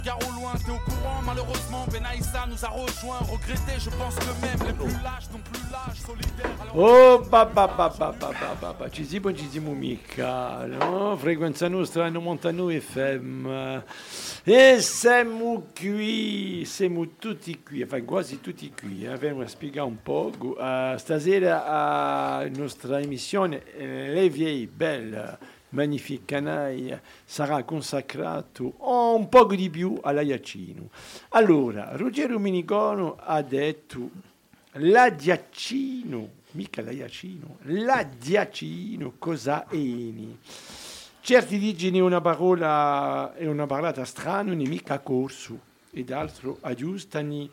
Car au loin, t'es au courant, malheureusement, Benaïssa nous a rejoint. Regretté, je pense que même les plus lâches non plus lâches, solidaires. Oh, ci siamo mica, no? Frequenza nostra 92 FM. E siamo tutti qui, enfin quasi tutti qui. Abbiamo spiegato un po'. Stasera la nostra emissione, Le Vieille Belle, magnifique canaille, sarà consacrato un po' di più alla Giacchino. Allora, Ruggero Minicono ha detto la Giacchino, mica la Giacchino, la Giacchino cosa eni? Certi dicono una parola è una parlata strana, non è mica corso, ed altro aggiustano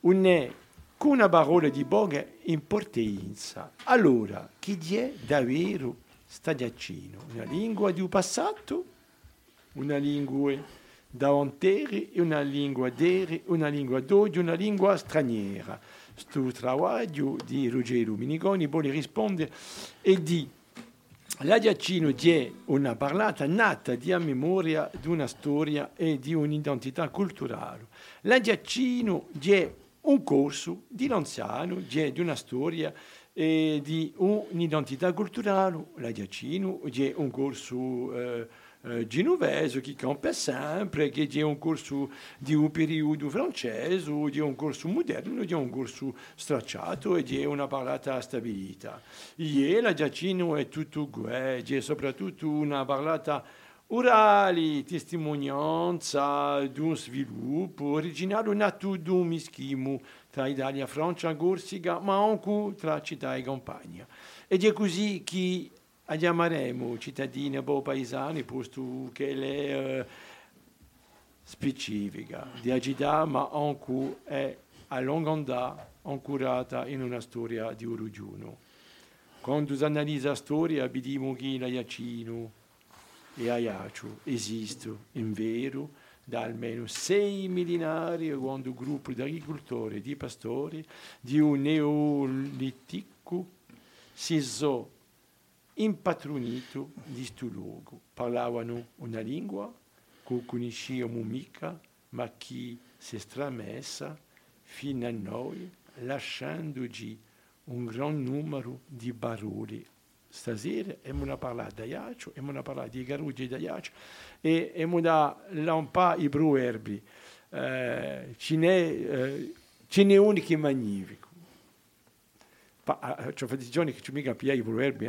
una parola di poca importanza. Allora, chi è davvero sta Giacchino? Una lingua di passato, una lingua davanti, una lingua d'ere, una lingua d'oggi, una lingua straniera. Sto travaglio di Ruggero Miniconi vuole rispondere e di la Giacchino è una parlata nata di a memoria di una storia e di un'identità culturale. La Giacchino è un corso di l'anziano, è di una storia e di un'identità culturale. La Giacchino è un corso genovese che campa sempre, che è un corso di un periodo francese, di un corso moderno, di un corso stracciato e di una parlata stabilita. E la Giacchino è tutto è soprattutto una parlata orale, testimonianza di un sviluppo originale nato di un mischimo tra Italia, Francia, Corsica, ma anche tra città e campagna. Ed è così che chiameremo cittadini o paesani, posto che è specifica di agità, ma anche è a lunga andata ancorata in una storia di origine. Quando si analizza la storia, vediamo che la Giacchino e Ajaccio esistono in vero da almeno 6 millenari, quando un gruppo di agricoltori e di pastori di un neolitico si sono impatronito di questo luogo. Parlavano una lingua che conosciamo mica, ma che si è stramessa fino a noi, lasciandoci un gran numero di parole. Stasera abbiamo parlato di Ajaccio, abbiamo parlato di Garuggi di Ajaccio e abbiamo dato un po' i proverbi. Ce n'è uno che è magnifico. Ci ho fatto giorni che ci mica capiamo i proverbi.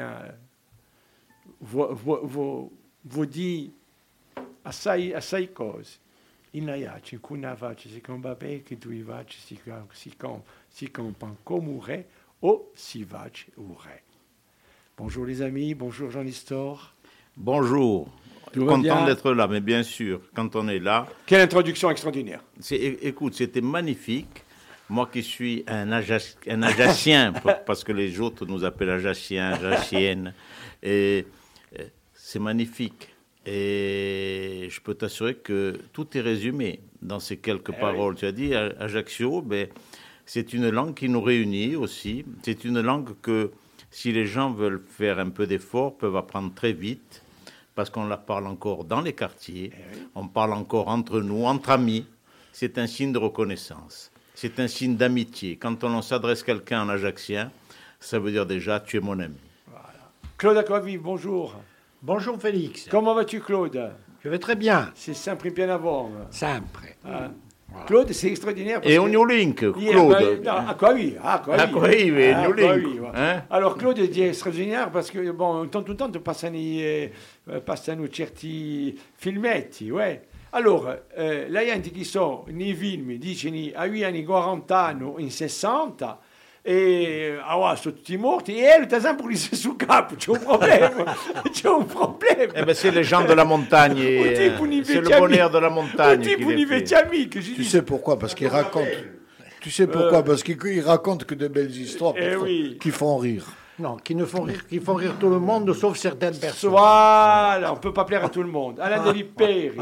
Vuol dire assai cose. In Ajaccio, in cui una faccia si compra perché due facce si comprano come un re o si faccia un re. Bonjour les amis, bonjour Jean Nistor. Bonjour, content d'être là, mais bien sûr, quand on est là... Quelle introduction extraordinaire. Écoute, c'était magnifique. Moi qui suis un Ajaccien, parce que les autres nous appellent Ajaciens, Ajaciennes, et c'est magnifique. Et je peux t'assurer que tout est résumé dans ces quelques paroles. Oui. Tu as dit Ajaccio, ben, c'est une langue qui nous réunit aussi. C'est une langue que... Si les gens veulent faire un peu d'effort, peuvent apprendre très vite, parce qu'on la parle encore dans les quartiers, on parle encore entre nous, entre amis. C'est un signe de reconnaissance, c'est un signe d'amitié. Quand on s'adresse à quelqu'un en ajaccien, ça veut dire déjà, tu es mon ami. Voilà. Claude Aquavive, bonjour. Bonjour Félix. Comment vas-tu, Claude? Je vais très bien. C'est sempre bien avant. Sempre. Ah. Voilà. Claude, c'est extraordinaire. Et on new link, Claude. Aquavive. New link. Alors, Claude è extraordinaire parce que, bon, tanto in tanto passano certi filmetti, Allora, la gente che so nei film dicono avevano 40 anni in 60 e sono tutti morti e lui, per esempio, gli si sul capo, c'è un problema. Eh ben, c'est les gens de la montagne, c'est le bonheur de la montagne qui les fait. Tu sais pourquoi? Parce qu'il raconte. Tu sais pourquoi? Parce qu'il raconte que de belles histoires qui font rire. Non, qui font rire tout le monde, sauf certaines personnes. Voilà, on ne peut pas plaire à tout le monde. Alain Delipperi,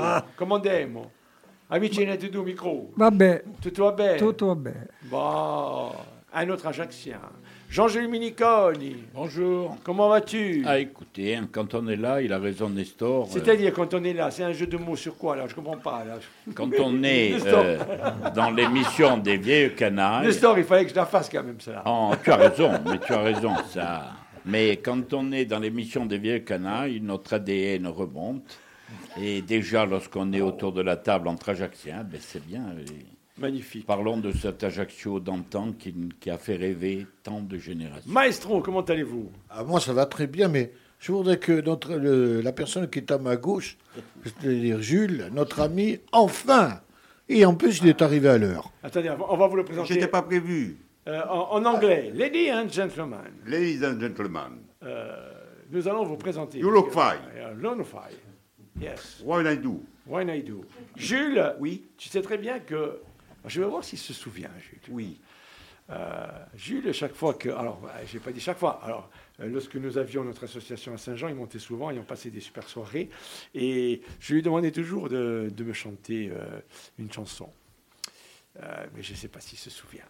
comandemo. Avvicinati tu micro. Vabbè. Tutto va bene? Tutto va bene. Bon. un autre Ajaxien. Jean-Jules Miniconi. Bonjour. Comment vas-tu? Ah, écoutez, quand on est là, il a raison Nestor. C'est-à-dire, quand on est là, c'est un jeu de mots sur quoi, là? Je comprends pas, là. Quand on est dans l'émission des Vieilles Canailles... Nestor, il fallait que je la fasse quand même, ça. Oh, tu as raison, ça... Mais quand on est dans l'émission des Vieilles Canailles, notre ADN remonte. Et déjà, lorsqu'on est autour de la table entre Ajaxiens, ben c'est bien... Magnifique. Parlons de cet Ajaccio d'antan qui a fait rêver tant de générations. Maestro, comment allez-vous? Moi, ça va très bien, mais je voudrais que la personne qui est à ma gauche, c'est-à-dire Jules, notre ami, enfin, et en plus, il est arrivé à l'heure. Attendez, on va vous le présenter. J'étais pas prévu. En anglais, Ladies and Gentlemen. Ladies and gentlemen. Nous allons vous présenter. You look fine. You look fine. Yes. What I do? What I do. Jules, Oui. Tu sais très bien que... Je vais voir s'il se souvient, Jules. Oui. Jules, chaque fois que... Alors, je n'ai pas dit chaque fois. Alors, lorsque nous avions notre association à Saint-Jean, il montait souvent et on passait des super soirées. Et je lui demandais toujours de me chanter une chanson. Mais je ne sais pas s'il se souvient.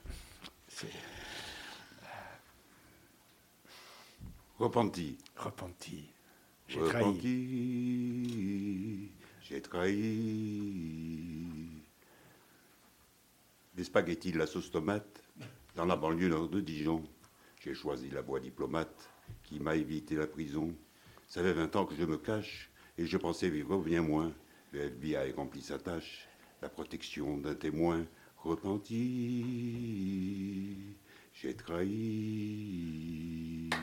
Repenti. Repenti. J'ai trahi. Repenti. J'ai trahi. Des spaghettis, de la sauce tomate, dans la banlieue nord de Dijon. J'ai choisi la voie diplomate qui m'a évité la prison. Ça fait 20 ans que je me cache et je pensais vivre bien moins. Le FBI remplit sa tâche, la protection d'un témoin. Repenti, j'ai trahi.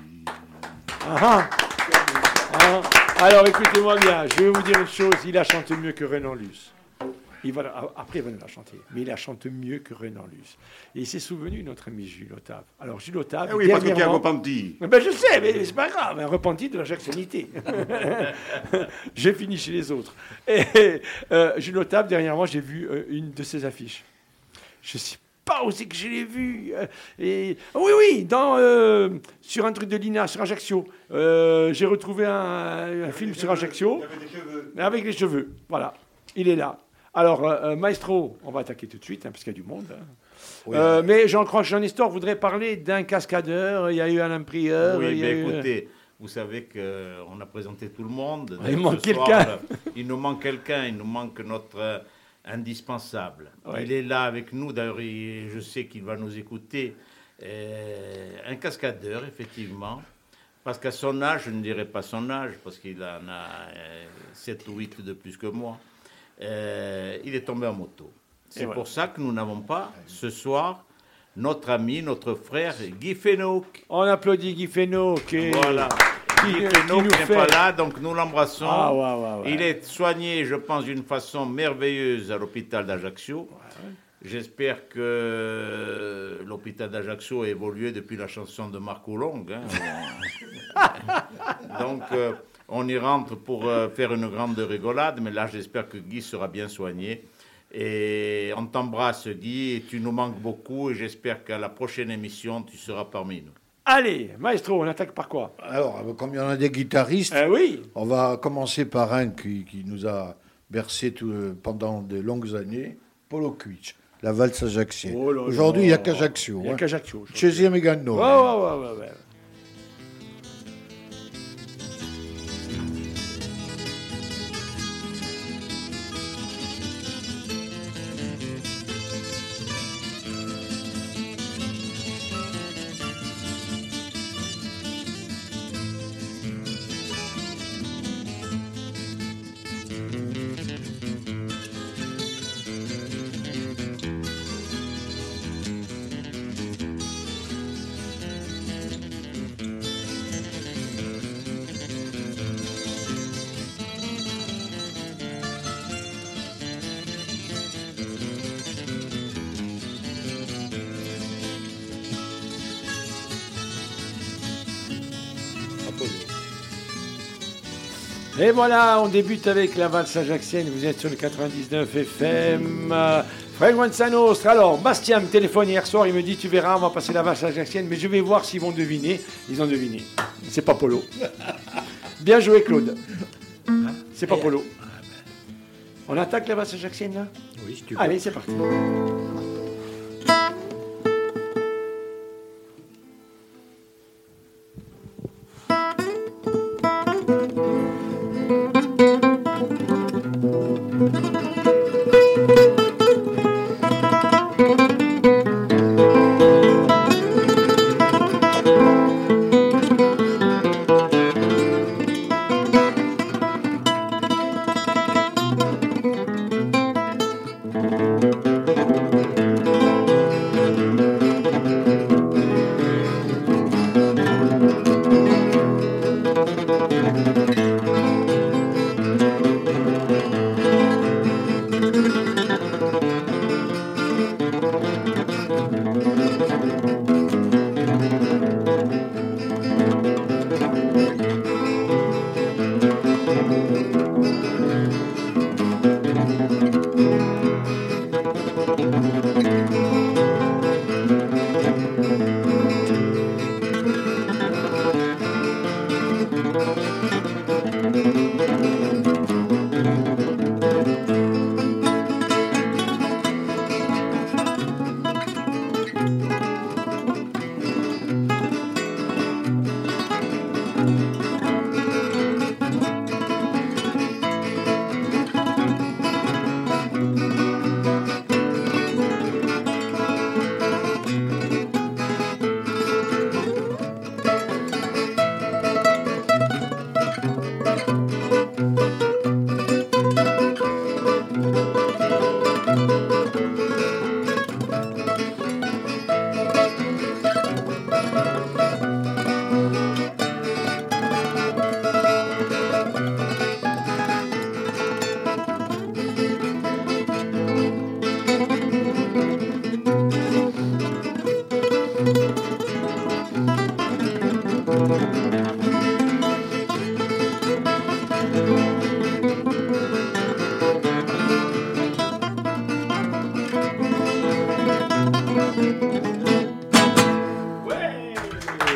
Alors écoutez-moi bien, je vais vous dire une chose, il a chanté mieux que Renan Luce. Après, il va nous la chanter, mais il la chante mieux que Renan Luce. Et il s'est souvenu, notre ami Jules Octave. Alors, Jules Octave... Eh oui, parce que tu as repenti. Ben, je sais, mais c'est pas grave, un repenti de la jacksonité. J'ai fini chez les autres. Et Jules Octave, dernièrement, j'ai vu une de ses affiches. Je ne sais pas où c'est que je l'ai vu. Oui, sur un truc de Lina, sur Ajaccio. J'ai retrouvé un film sur Ajaccio. Avec les cheveux, voilà. Il est là. Alors, Maestro, on va attaquer tout de suite, parce qu'il y a du monde. Oui. Mais je crois que Jean-Nestor voudrait parler d'un cascadeur. Il y a eu Alain Prieur. Oui, mais écoutez, vous savez qu'on a présenté tout le monde. Il manque quelqu'un. Il nous manque quelqu'un, il nous manque notre indispensable. Oui. Il est là avec nous, d'ailleurs, je sais qu'il va nous écouter. Un cascadeur, effectivement. Parce qu'à son âge, je ne dirais pas son âge, parce qu'il en a 7 ou 8 de plus que moi. Il est tombé en moto. C'est pour ça que nous n'avons pas, ce soir, notre ami, notre frère, Guy Fenouck. On applaudit Guy Fenouck. Voilà. Guy Fenouck n'est pas là, donc nous l'embrassons. Ouais. Il est soigné, je pense, d'une façon merveilleuse à l'hôpital d'Ajaccio. J'espère que l'hôpital d'Ajaccio a évolué depuis la chanson de Marco Long. Donc... on y rentre pour faire une grande rigolade, mais là, j'espère que Guy sera bien soigné. Et on t'embrasse, Guy, et tu nous manques beaucoup, et j'espère qu'à la prochaine émission, tu seras parmi nous. Allez, Maestro, on attaque par quoi? Alors, comme il y en a des guitaristes, oui. On va commencer par un qui nous a bercé pendant de longues années, Polo Cuitch, la valse ajaxienne. Aujourd'hui, il n'y a qu'Ajaccio. Il n'y a qu'Ajaccio. Chez Megano. Ouais. Et voilà, on débute avec la valse ajaxienne. Vous êtes sur le 99 FM. Frequenza Nostra. Alors, Bastien me téléphone hier soir. Il me dit, tu verras, on va passer la valse ajaxienne. Mais je vais voir s'ils vont deviner. Ils ont deviné. C'est pas Polo. Bien joué, Claude. C'est pas Polo. On attaque la valse ajaxienne, là? Oui, si tu veux. Allez, c'est parti.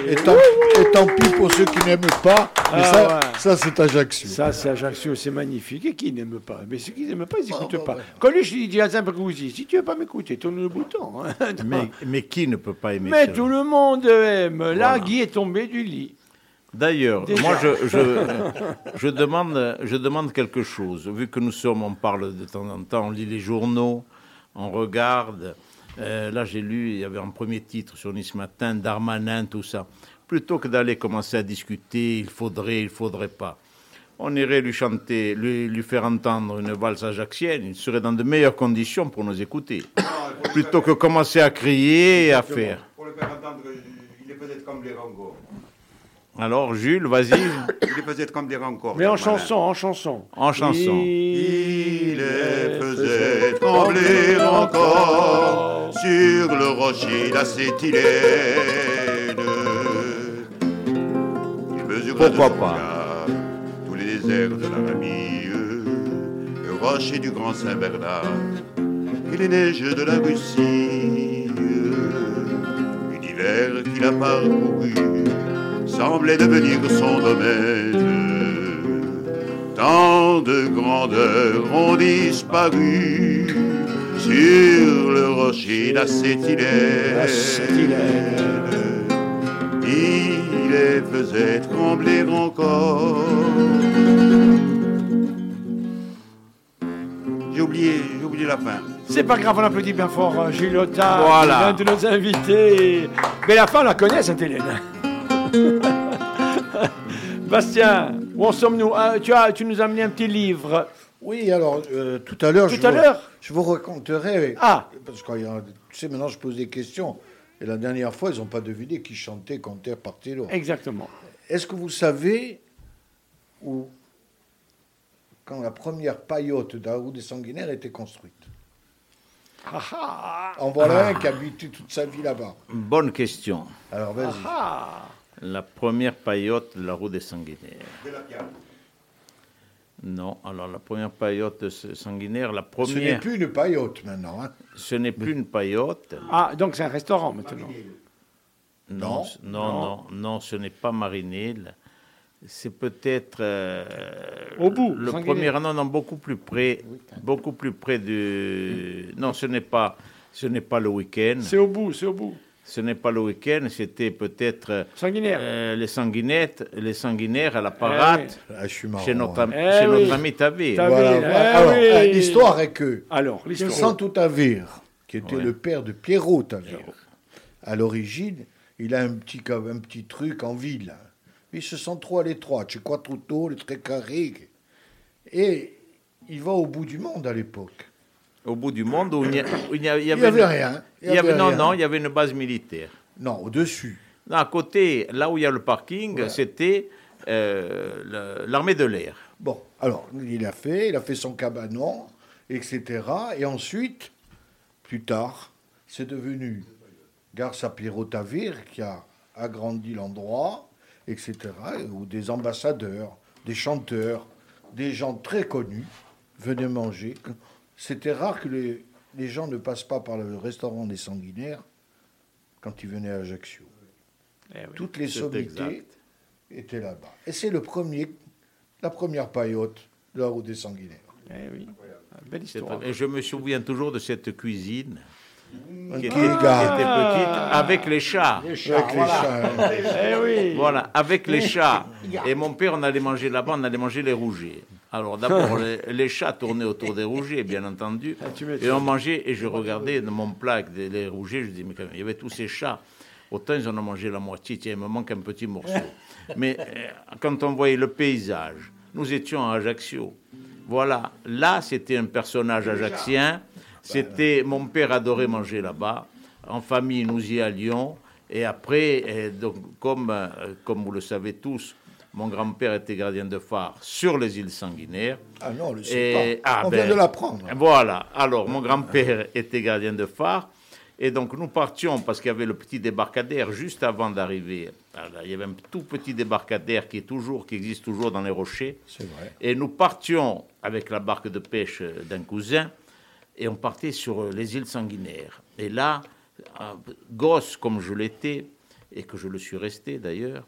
Et tant pis pour ceux qui n'aiment pas. Mais ça c'est Ajaccio. Ça, c'est Ajaccio, c'est magnifique. Et qui n'aime pas? Mais ceux qui n'aiment pas, ils n'écoutent pas. Quand lui, je lui dis à Zambragousi, si tu ne veux pas m'écouter, tourne le bouton. Mais qui ne peut pas aimer Mais ça? tout le monde aime. Voilà. Là, Guy est tombé du lit. D'ailleurs, moi, je demande quelque chose. Vu que on parle de temps en temps, on lit les journaux, on regarde. Là, j'ai lu, il y avait un premier titre sur Nice Matin, Darmanin, tout ça. Plutôt que d'aller commencer à discuter, il faudrait pas. On irait lui chanter, lui faire entendre une valse ajaxienne. Il serait dans de meilleures conditions pour nous écouter. Plutôt que commencer à crier et à faire. Pour le faire entendre, il est peut-être comme les rangos. Alors, Jules, vas-y. Il est peut-être comme des rangos. Mais en chanson. En chanson. Il les faisait trembler encore sur le rocher d'acétylène. Il mesura de Pourquoi son pas regard tous les déserts de la Ramille, le rocher du Grand Saint-Bernard et les neiges de la Russie. L'univers qu'il a parcouru semblait devenir son domaine. Tant de grandeurs ont disparu sur le rocher d'acétylène. Il les faisait trembler encore. J'ai oublié la fin. C'est pas grave, on applaudit bien fort Gilles Otard, Voilà. l'un de nos invités. Mais la fin, on la connaît, Sainte-Hélène. Bastien, où en sommes-nous? Tu nous as amené un petit livre. Oui, alors, tout à l'heure, je vous raconterai. Parce que tu sais, maintenant, je pose des questions. Et la dernière fois, ils n'ont pas deviné qui chantait quand Terre partait loin. Exactement. Est-ce que vous savez quand la première paillote de la roue des Sanguinaires était construite? En voilà un qui a habité toute sa vie là-bas. Bonne question. Alors, vas-y. La première paillote de la roue des Sanguinaires. Non, alors la première paillote sanguinaire, Ce n'est plus une paillote maintenant. Hein. Ce n'est plus une paillote. Ah, donc c'est un restaurant maintenant. Non, ce n'est pas Marinil. C'est peut-être au bout. Le premier, non, beaucoup plus près du. Non, ce n'est pas le week-end. C'est au bout. Ce n'est pas le week-end, c'était peut-être les sanguinaires à la parade chez notre ami Tavir. Voilà. L'histoire est que Santo Tavir, qui était le père de Pierrot Tavir, à l'origine, il a un petit truc en ville. Ils se sentent trop à l'étroit, chez Quattro, le très carré. Et il va au bout du monde à l'époque. Au bout du monde où il n'y avait rien. Il y avait une base militaire. Non, au-dessus. À côté, là où il y a le parking, c'était l'armée de l'air. Bon, alors, il a fait son cabanon, etc. Et ensuite, plus tard, c'est devenu, grâce à Pierrot Tavir, qui a agrandi l'endroit, etc., où des ambassadeurs, des chanteurs, des gens très connus venaient manger. C'était rare que les gens ne passent pas par le restaurant des Sanguinaires quand ils venaient à Ajaccio. Toutes les sommités étaient là-bas. Et c'est la première paillote de la route des Sanguinaires. Belle histoire. Et je me souviens toujours de cette cuisine qui était petite, avec les chats. Voilà, avec les chats. Et mon père, on allait manger là-bas, on allait manger les rougets. Alors d'abord, les chats tournaient autour des rougets, bien entendu. Et on mangeait, et je regardais dans mon plat les rougets, je dis, mais quand même, il y avait tous ces chats. Autant ils en ont mangé la moitié, tiens, il me manque un petit morceau. Mais quand on voyait le paysage, nous étions à Ajaccio. Voilà, là, c'était un personnage ajaccien. Mon père adorait manger là-bas. En famille, nous y allions. Et après, donc, comme vous le savez tous, mon grand-père était gardien de phare sur les îles Sanguinaires. Ah non, on ne le sait pas. On vient de l'apprendre. Voilà. Alors, mon grand-père était gardien de phare. Et donc, nous partions, parce qu'il y avait le petit débarcadère juste avant d'arriver. Il y avait un tout petit débarcadère qui existe toujours dans les rochers. C'est vrai. Et nous partions avec la barque de pêche d'un cousin. Et on partait sur les îles Sanguinaires. Et là, gosse comme je l'étais, et que je le suis resté d'ailleurs,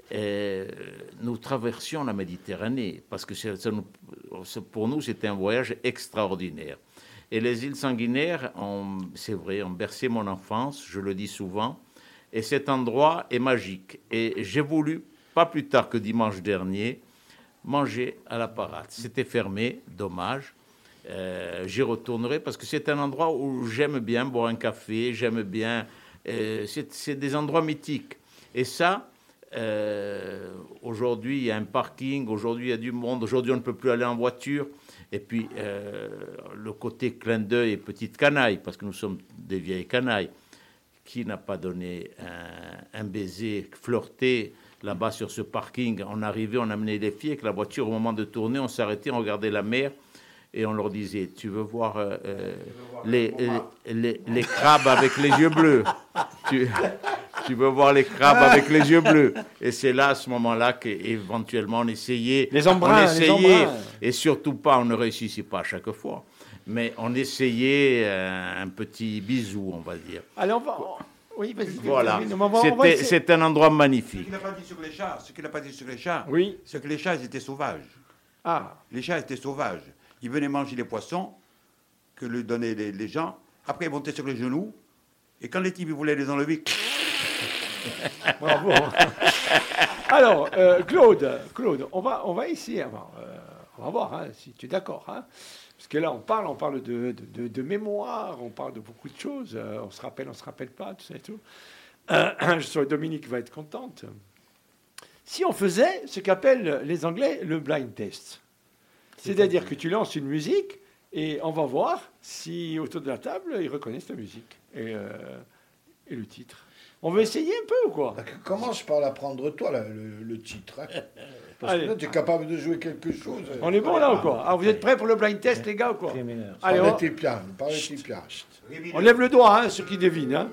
nous traversions la Méditerranée, parce que pour nous, c'était un voyage extraordinaire. Et les îles sanguinaires, c'est vrai, ont bercé mon enfance, je le dis souvent, et cet endroit est magique. Et j'ai voulu, pas plus tard que dimanche dernier, manger à la parade. C'était fermé, dommage. J'y retournerai parce que c'est un endroit où j'aime bien boire un café, j'aime bien... c'est des endroits mythiques. Et ça... aujourd'hui, il y a un parking, aujourd'hui, il y a du monde, aujourd'hui, on ne peut plus aller en voiture. Et puis, le côté clin d'œil et petite canaille, parce que nous sommes des vieilles canailles. Qui n'a pas donné un baiser flirté là-bas sur ce parking? On arrivait, on amenait les filles avec la voiture. Au moment de tourner, on s'arrêtait, on regardait la mer et on leur disait, tu veux voir les crabes avec les yeux bleus? Tu veux voir les crabes avec les yeux bleus? Et c'est là, à ce moment-là, qu'éventuellement on essayait. Les embruns. Et surtout pas, on ne réussissait pas à chaque fois. Mais on essayait un petit bisou, on va dire. Allez, on va... Oui, vas-y. Voilà. C'est C'est un endroit Ce magnifique. qu'il n'a pas dit sur les chats, Oui. c'est que les chats, ils étaient sauvages. Ah. Les chats étaient sauvages. Ils venaient manger les poissons que lui donnaient les gens. Après, ils montaient sur les genoux. Et quand les types voulaient les enlever... Bravo. Alors, Claude, on va essayer. On va voir si tu es d'accord. Parce que là, on parle de mémoire, on parle de beaucoup de choses. On se rappelle pas, tout ça et tout. Je suis sûr que Dominique va être contente. Si on faisait ce qu'appellent les Anglais le blind test, c'est-à-dire que tu lances une musique et on va voir si autour de la table, ils reconnaissent la musique et le titre. On veut essayer un peu ou quoi? Commence par l'apprendre toi, le titre. Parce que là, tu es capable de jouer quelque chose. On est bon là ou quoi? Alors vous êtes prêts pour le blind test, les gars, ou quoi? Allez, Parlez tes pianos. on lève le doigt, ceux qui devinent.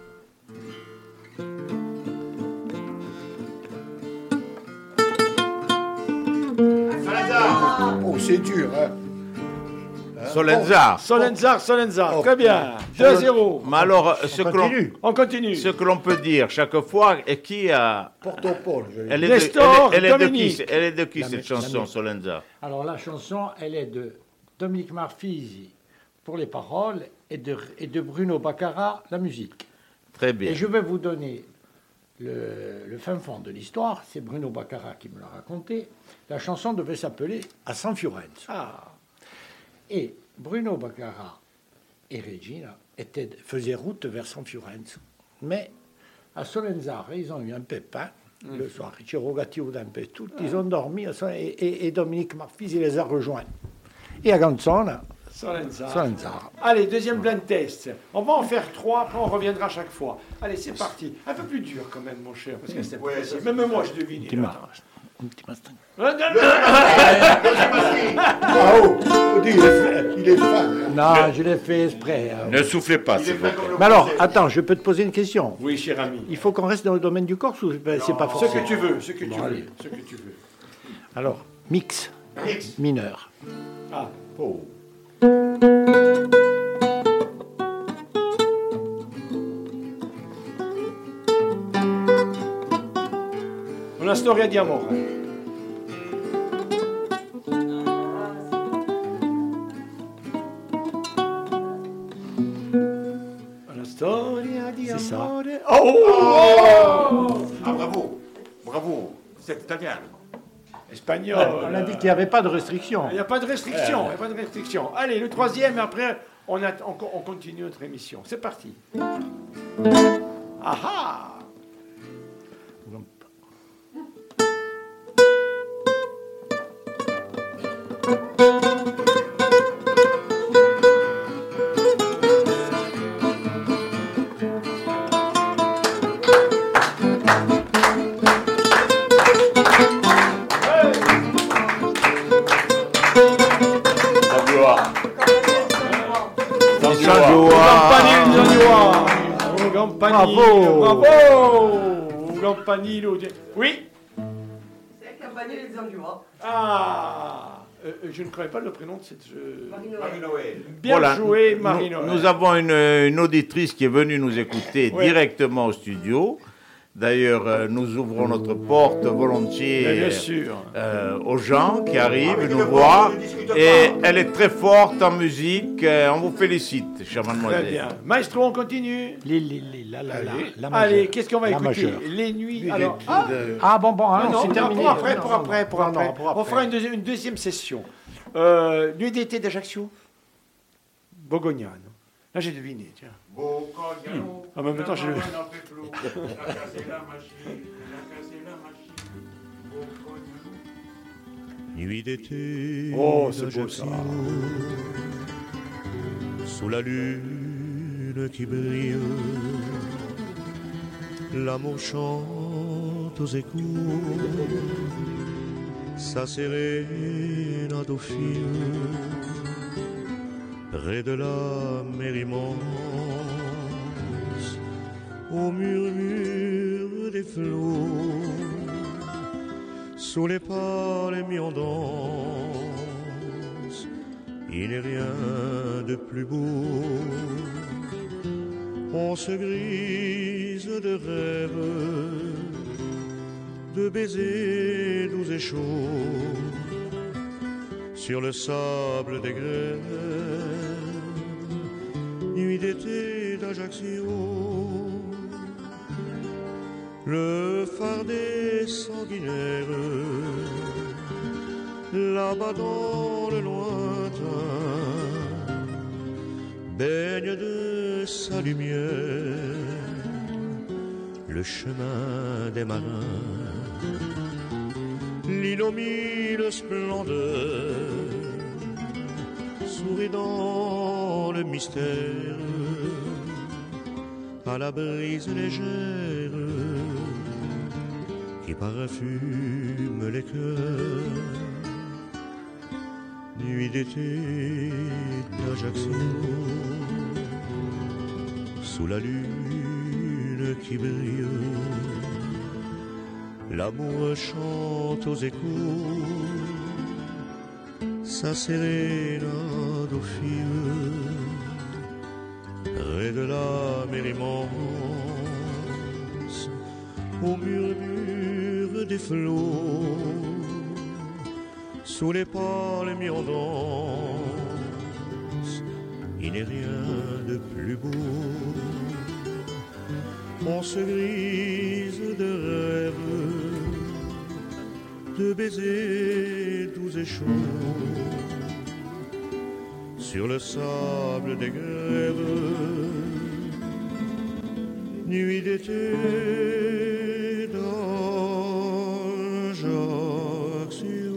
Oh, c'est dur, Solenzar. Solenzar, très bien. 2-0. Mais alors, On continue. ce que l'on peut dire chaque fois, et qui a... Porto-Paul. Elle est Nestor, elle est Dominique. Elle est de qui cette chanson, Solenzar? Alors la chanson, elle est de Dominique Marfisi pour les paroles et de Bruno Baccarat la musique. Très bien. Et je vais vous donner le fin fond de l'histoire. C'est Bruno Baccarat qui me l'a raconté. La chanson devait s'appeler A San Fiorenzo. Et Bruno Baccarat et Regina faisaient route vers San Fiorenzo. Mais à Solenzar, ils ont eu un pépin le soir. Ci rogativo d'un peu tout. Ils ont dormi et Dominique Marfisi les a rejoints. Et à Ganzona, Solenzar. Allez, deuxième blind test. On va en faire 3, après on reviendra chaque fois. Allez, c'est parti. Un peu plus dur quand même, mon cher, parce que c'est même moi, je devine. Il est fin. Non, je l'ai fait exprès. Ne soufflez pas, s'il vous plaît. Mais alors, attends, je peux te poser une question. Oui, cher ami. Il faut qu'on reste dans le domaine du Corse ou c'est pas Ce forcément? que tu veux, ce que tu veux, allez. ce que tu veux. Alors, mix mineur. Ah. Una storia di amore. Una storia di C'est amore. ça. Oh! Ah, bravo. Bravo. C'est italien. Espagnol. On a dit qu'il n'y avait pas de restriction. Il n'y a pas de restriction, il n'y a pas de restriction. Allez, le troisième, et après, on continue notre émission. C'est parti. Ah ah! Bravo! Campanile. Oui? C'est Campanile des Anduois. Ah! Je ne connais pas le prénom de cette... Marie-Noël. Bien Voilà, joué, Marie-Noël. Nous avons une auditrice qui est venue nous écouter Ouais. directement au studio. D'ailleurs, nous ouvrons notre porte volontiers Bien sûr. aux gens qui arrivent, nous voient. Et elle est très forte en musique. On vous félicite, chère mademoiselle. Très bien. Maestro, on continue. La Allez, qu'est-ce qu'on va La écouter? majeure. Les nuits. Lui, Alors, il est- bon, non, c'est terminé. pour après. Non, non, pour On après. fera une deuxième session. Nuit d'été d'Ajaccio. Bogognano. Là, j'ai deviné, tiens. En même temps, j'ai le... Nuit d'été, Oh, c'est beau, ça. sous la lune qui brille, l'amour chante aux échos, sa sérénade aux filles, près de la mer immense, au murmure des flots, sous les pas les mis en danse, il n'est rien de plus beau. On se grise de rêves, de baisers doux et chauds, sur le sable des grèves, nuit d'été d'Ajaccio. Le phare des sanguinaires, là-bas dans le lointain, baigne de sa lumière le chemin des marins. L'île aux mille splendeurs sourit dans le mystère à la brise légère qui parfume les cœurs. Nuit d'été d'Ajaccio, sous la lune qui brille, l'amour chante aux échos, sa sérénade aux filles, près de la mer immense, au murmure des flots, sous les pas les mis en danse, il n'est rien de plus beau. On se grise de rêves, de baisers doux et chauds, sur le sable des grèves, nuit d'été d'Ajaccio.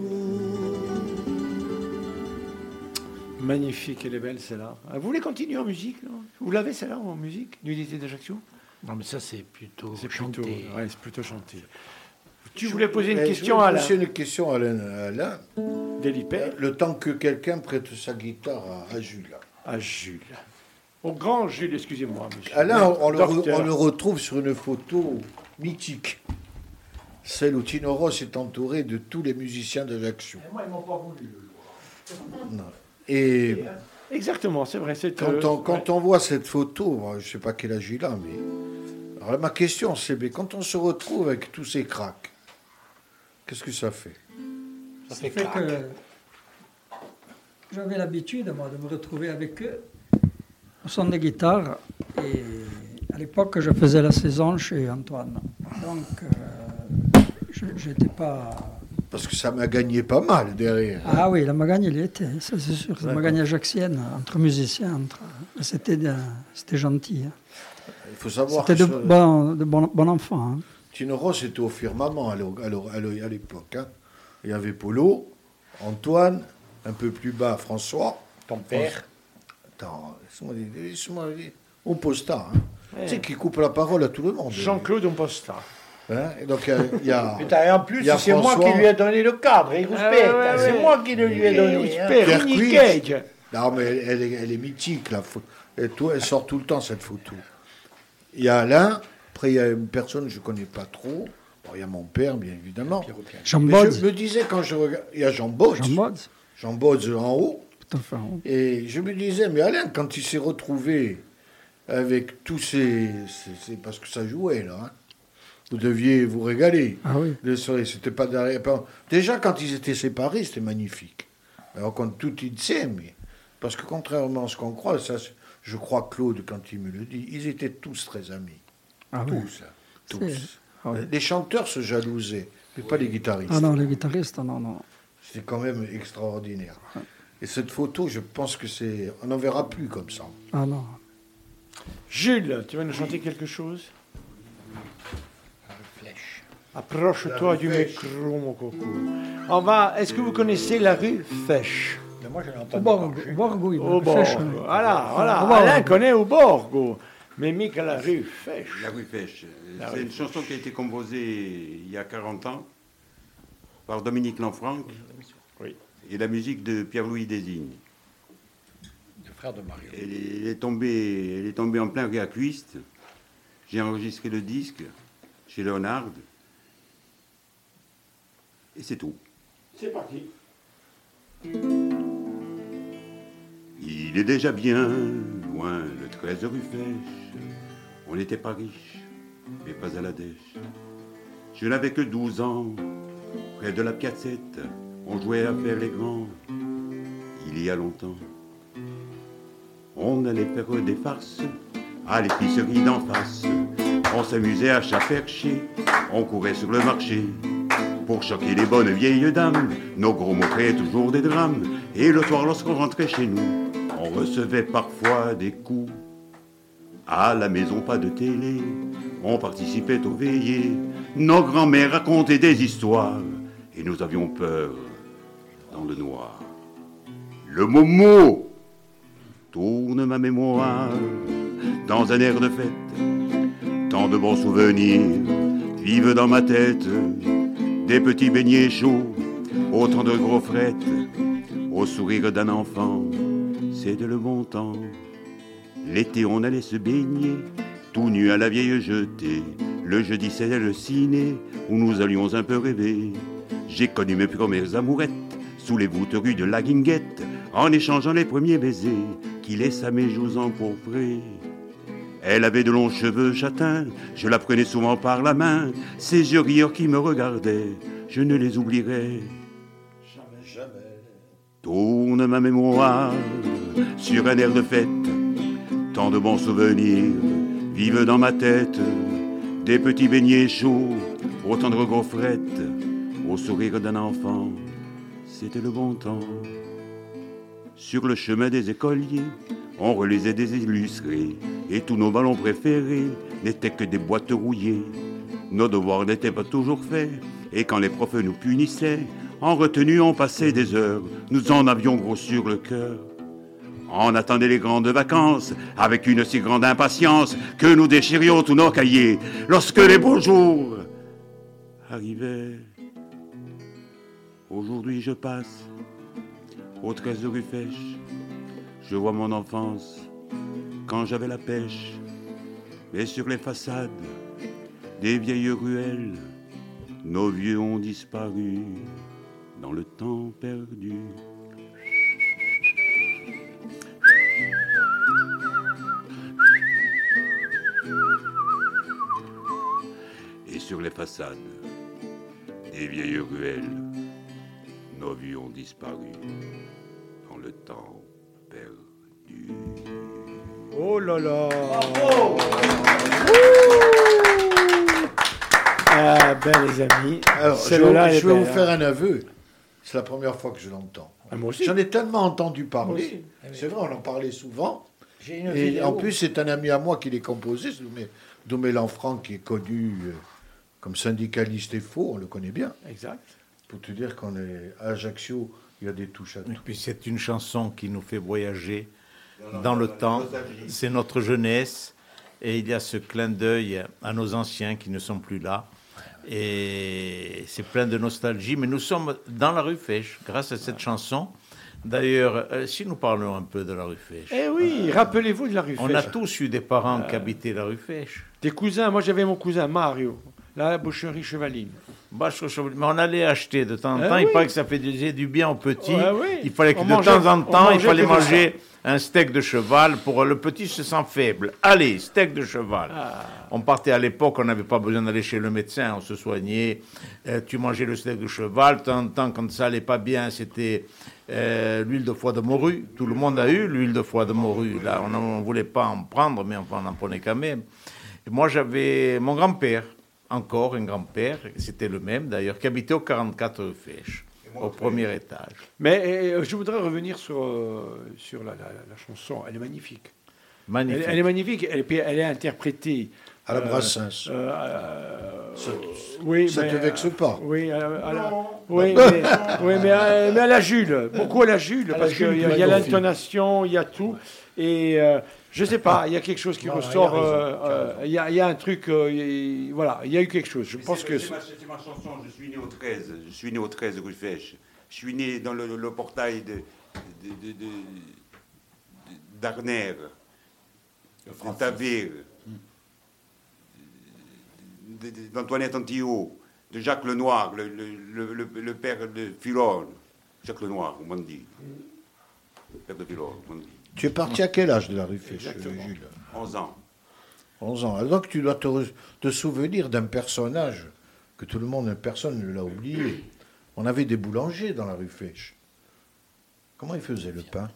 Magnifique, elle est belle celle-là. Vous voulez continuer en musique, non? Vous l'avez celle-là en musique? Nuit d'été d'Ajaccio? Non, mais ça, c'est plutôt C'est chanté. plutôt, ouais, c'est plutôt chanté. Tu voulais poser une question à à Alain. Alain C'est une question à Alain. Delipet, Le temps que quelqu'un prête sa guitare à Jules. à Jules. Au grand Jules, excusez-moi, monsieur. Alain, on Docteur. le retrouve sur une photo mythique. Celle où Tino Ross est entouré de tous les musiciens d'Ajaccio. Moi, ils m'ont pas voulu. Non. Et Exactement, c'est vrai. quand on voit cette photo, moi, je ne sais pas quel âge il a, mais... Alors là, ma question, c'est, mais quand on se retrouve avec tous ces cracks, qu'est-ce que ça fait? Ça fait fait clac. que j'avais l'habitude, moi, de me retrouver avec eux au son de guitare. Et à l'époque, je faisais la saison chez Antoine. Donc, je n'étais pas... Parce que ça m'a gagné pas mal derrière. Ah oui, la Magagne, il y était, ça c'est sûr. La Magagne ajaxienne, entre musiciens, c'était gentil. Hein. Il faut savoir C'était que de bon enfant. Hein. Tino Ross était au firmament à l'époque. Hein. Il y avait Polo, Antoine, un peu plus bas François. Ton père. Attends, laisse-moi dire. Omposta, hein. Tu sais, qui coupe la parole à tout le monde. Jean-Claude Omposta. Hein, et donc il y a Putain, et en plus, il y a c'est moi François. qui lui ai donné le cadre. Il respecte. C'est moi qui le lui ai donné. Hein. Rini Cage. Non, mais elle est mythique, la photo. Elle sort tout le temps, cette photo. Il y a Alain, après il y a une personne que je ne connais pas trop. Bon, il y a mon père, bien évidemment. Jean Mais Bodz. je me disais, quand je regarde, il y a Jean Bodz. Jean Bodz. Jean Bodz en haut. Tout à fait. Et je me disais, mais Alain, quand il s'est retrouvé avec tous ces... C'est parce que ça jouait, là. Hein. vous deviez vous régaler. Ah oui. Le soleil, c'était pas derrière. Déjà, quand ils étaient séparés, c'était magnifique. Alors, quand tout insieme, parce que contrairement à ce qu'on croit, ça, je crois Claude, quand il me le dit, ils étaient tous très amis. Ah oui. Tous. Ah oui. Les chanteurs se jalousaient, mais pas les guitaristes. Ah non, les guitaristes, non. C'est quand même extraordinaire. Et cette photo, je pense que c'est... On n'en verra plus comme ça. Ah non. Jules, tu vas nous chanter quelque chose? Approche-toi du micro, mon coco. Est-ce que vous connaissez la rue Fesch? Moi, je l'ai Au entendu Borgo, oui. Au Borgo. Voilà. Au Borgo. Alain connaît au Borgo. Mais Mick à la rue Fesch. La rue Fesch. C'est une chanson qui a été composée il y a 40 ans par Dominique Lanfranc. Oui. Et la musique de Pierre-Louis Désigne. Le frère de Mario. Elle est tombée en plein réacuiste. J'ai enregistré le disque chez Léonard. Et c'est tout. C'est parti. Il est déjà bien loin, le 13 rue Fesch. On n'était pas riche, mais pas à la dèche. Je n'avais que 12 ans, près de la piazzette, on jouait à faire les grands. Il y a longtemps, on allait faire des farces à l'épicerie d'en face. On s'amusait à chapercher, on courait sur le marché. Pour choquer les bonnes vieilles dames, nos gros mots créaient toujours des drames. Et le soir, lorsqu'on rentrait chez nous, on recevait parfois des coups. À la maison, pas de télé, on participait aux veillées. Nos grands-mères racontaient des histoires, et nous avions peur dans le noir. Le Momo tourne ma mémoire dans un air de fête. Tant de bons souvenirs vivent dans ma tête. Des petits beignets chauds, autant de gros frettes, au sourire d'un enfant, c'était le bon temps. L'été, on allait se baigner, tout nu à la vieille jetée. Le jeudi, c'était le ciné, où nous allions un peu rêver. J'ai connu mes premières amourettes, sous les voûtes rue de la Guinguette, en échangeant les premiers baisers, qui laissa mes joues empourprées. Elle avait de longs cheveux châtains, je la prenais souvent par la main. Ses yeux rieurs qui me regardaient, je ne les oublierai jamais. Tourne ma mémoire sur un air de fête. Tant de bons souvenirs vivent dans ma tête. Des petits beignets chauds, autant de gros frettes, au sourire d'un enfant, c'était le bon temps. Sur le chemin des écoliers, on relisait des illustrés, et tous nos ballons préférés n'étaient que des boîtes rouillées. Nos devoirs n'étaient pas toujours faits, et quand les profs nous punissaient, en retenue on passait des heures, nous en avions gros sur le cœur. On attendait les grandes vacances, avec une si grande impatience, que nous déchirions tous nos cahiers, lorsque les beaux jours arrivaient. Aujourd'hui je passe au 13 rue Fesch, je vois mon enfance quand j'avais la pêche. Et sur les façades des vieilles ruelles, nos vieux ont disparu dans le temps perdu. Et sur les façades des vieilles ruelles, nos vieux ont disparu dans le temps perdu. Oh là là! Bravo! Ah ben les amis, alors, je vais vous faire un aveu. C'est la première fois que je l'entends. Ah, moi aussi. J'en ai tellement entendu parler. Oui. C'est vrai, on en parlait souvent. J'ai une Et vidéo. en plus, c'est un ami à moi qui l'ait composé, Domé Lanfranc, qui est connu comme syndicaliste et faux, on le connaît bien. Exact. Pour te dire qu'on est à Ajaccio, il y a des touches à tout. Et puis c'est une chanson qui nous fait voyager dans le temps. C'est notre jeunesse. Et il y a ce clin d'œil à nos anciens qui ne sont plus là. Et c'est plein de nostalgie. Mais nous sommes dans la rue Fesch grâce à cette chanson. D'ailleurs, si nous parlons un peu de la rue Fesch. Eh oui, rappelez-vous de la rue Fesch. On a tous eu des parents qui habitaient la rue Fesch. Des cousins, moi j'avais mon cousin Mario. la boucherie Chevaline. Mais on allait acheter de temps en temps. oui. Il paraît que ça fait du bien aux petits. Oui. Il fallait que de temps en temps, il fallait manger un steak de cheval. Pour le petit se sent faible. Allez, steak de cheval. On partait à l'époque, on n'avait pas besoin d'aller chez le médecin, on se soignait. Tu mangeais le steak de cheval. De temps en temps, quand ça allait pas bien, c'était l'huile de foie de morue. Tout le monde a eu l'huile de foie de morue. Là, on ne voulait pas en prendre, mais on en prenait quand même. Et moi, j'avais mon grand-père. Encore un grand-père, c'était le même d'ailleurs, qui habitait au 44 rue Fèche, au premier étage. Mais je voudrais revenir sur la chanson. Elle est magnifique. Magnifique. Elle est magnifique. Elle est interprétée À la Brassens. oui, Ça mais, te vexe pas. Oui, mais à la Jules. Beaucoup à la Jules, parce qu'il y a l'intonation, il y a tout. Et je sais pas, il y a quelque chose qui ressort. Il y a un truc. Voilà, il y a eu quelque chose. Je pense que c'est ma chanson. Je suis né au 13. Je suis né au 13 rue Fèche. Je suis né dans le portail d'Arner, de Tavire, d'Antoinette Antillot, de Jacques Lenoir, le père de Philon. Jacques Lenoir, on m'a dit. Le père de Philon, on m'a dit. Tu es parti à quel âge de la rue Fèche, Jules? 11 ans. 11 ans. Alors donc tu dois te souvenir d'un personnage que personne ne l'a oublié. On avait des boulangers dans la rue Fèche. Comment ils faisaient le pain?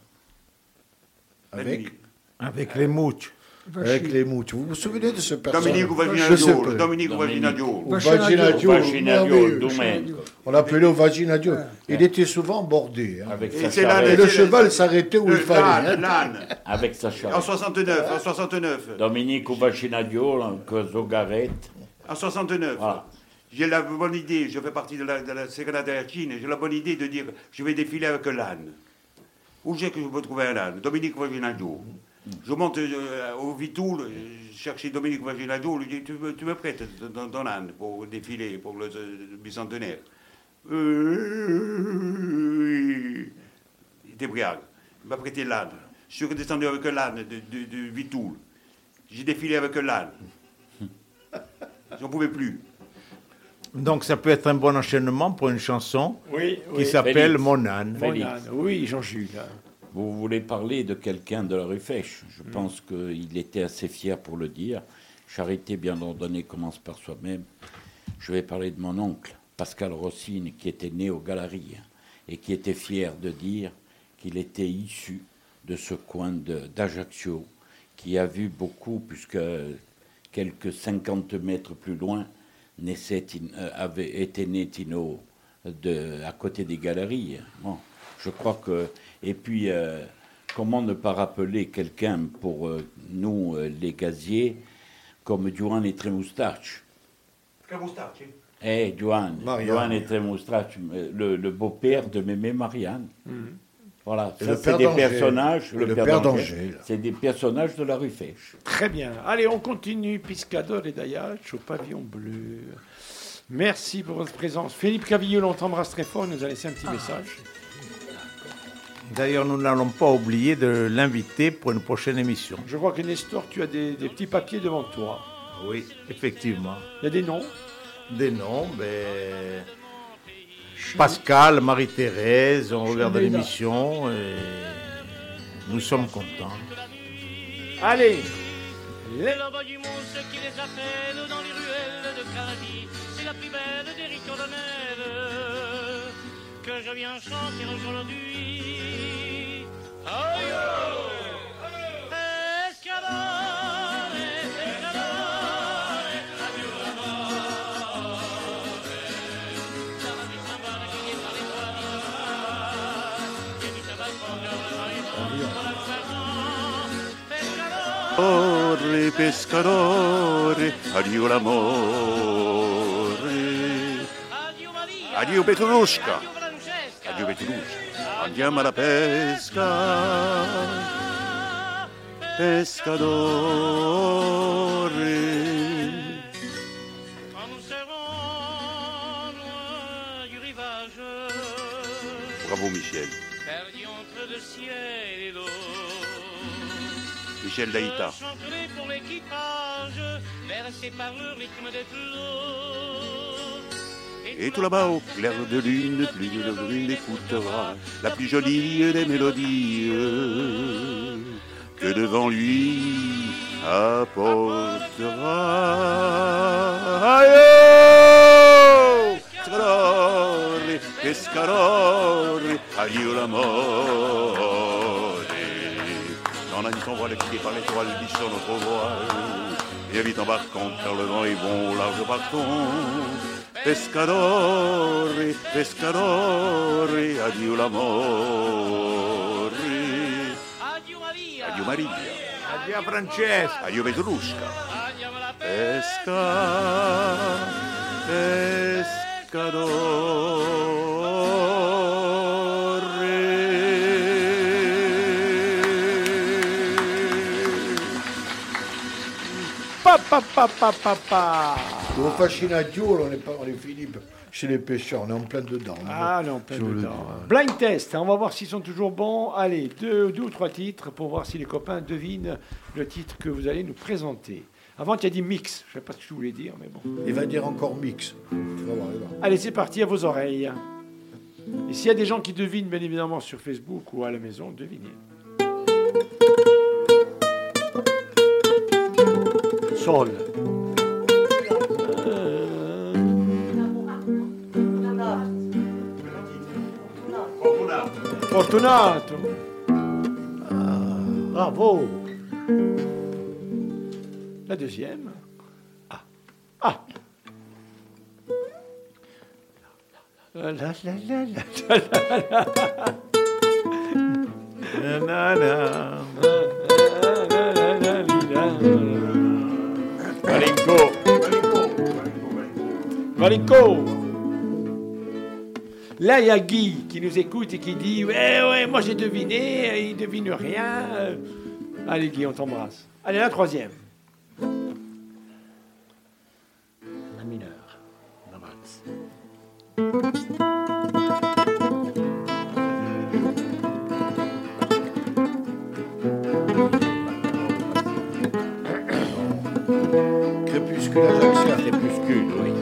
Avec les mouches. Avec les mouches. Vous vous souvenez de ce personnage? Dominique Vaginadio. On l'appelait au Vaginadio. Il était souvent bordé. Hein. Avec et le cheval s'arrêtait où il fallait. L'âne. Avec sa charrette. En 69. Dominique Vaginadio, Zogarette. En 69. Voilà. J'ai la bonne idée, je fais partie de la secrétaire Chine, j'ai la bonne idée de dire je vais défiler avec l'âne. Où j'ai que je peux trouver un âne? Dominique Vaginadio. Je monte au Vitoul, chercher Dominique Vaginadio, lui dis tu me prêtes ton âne pour défiler pour le bicentenaire. Il était briague. Il m'a prêté l'âne. Je suis redescendu avec l'âne de Vitoul. J'ai défilé avec l'âne. J'en pouvais plus. Donc ça peut être un bon enchaînement pour une chanson qui s'appelle Félix. Mon âne. Mon âne. Oui, Jean-Jules. Vous voulez parler de quelqu'un de la rue Fèche. Je pense qu'il était assez fier pour le dire. Charité bien ordonnée commence par soi-même. Je vais parler de mon oncle, Pascal Rossini, qui était né aux Galeries et qui était fier de dire qu'il était issu de ce coin d'Ajaccio, qui a vu beaucoup, puisque quelques 50 mètres plus loin, était né Tino à côté des Galeries. Bon, je crois que... Et puis, comment ne pas rappeler quelqu'un pour nous, les gaziers, comme Juan et Tremoustache. Tremoustache. Juan et Tremoustache, le beau-père de Mémé Marianne. Voilà, ça c'est des personnages. Le père d'Angers. C'est des personnages de la rue Fèche. Très bien. Allez, on continue. Piscador et Dayach au pavillon bleu. Merci pour votre présence. Philippe Cavillol, on t'embrasse très fort. Il nous a laissé un petit message. D'ailleurs, nous n'allons pas oublier de l'inviter pour une prochaine émission. Je vois que Nestor, tu as des petits papiers devant toi. Oui, effectivement. Il y a des noms? Des noms, Pascal, Marie-Thérèse, on regarde l'émission et nous sommes contents. Allez, Là-bas du monde, ce qui les appelle dans les ruelles de Caralie, c'est la plus belle des ritournelles que je viens chanter aujourd'hui. Aïe, Pescadore, pescadore, adieu l'amore. La vie s'emballe, guidée par les toits d'Isola, et du tabac pour le maillot, pour la Pescadore, pescadore, addio l'amore. Addio Petrushka. Addio Petrushka. Andiamo alla pesca. Pescadore. Quand nous serons loin du rivage, Bravo Michel. perdus entre le ciel et l'eau. Michel Daïta. Chanterai pour l'équipage, bercé par le rythme des flots. Et tout là-bas au clair de lune, plus de brune écoutera la plus jolie des mélodies que devant lui apportera. Aïe! Pescarore, pescarore, adieu l'amore. Dans la nuit on voit l'expliquer par l'étoile qui sur notre voile. Et vite embarquons car le vent est bon au large partant. Pescadore, pescadore, adieu l'amore. Adieu Maria. Adieu Francesca. Adieu Petrushka. Pesca, Pa. Au Fascinadio, on est fini chez les pêcheurs, on est en plein dedans. Ah non, plein dedans. Blind test, on va voir s'ils sont toujours bons. Allez, deux ou trois titres pour voir si les copains devinent le titre que vous allez nous présenter. Avant, tu as dit mix, je ne sais pas ce que tu voulais dire, mais bon. Il va dire encore mix. Tu vas voir, Allez, c'est parti, à vos oreilles. Et s'il y a des gens qui devinent, bien évidemment, sur Facebook ou à la maison, devinez. Sol. Fortunato. Bravo. La deuxième. Ah. Malinko. Là, il y a Guy qui nous écoute et qui dit ouais, moi j'ai deviné, il devine rien. Allez, Guy, on t'embrasse. Allez, la troisième. La mineure. La valse. Crépuscule Ajaxien. Crépuscule, oui.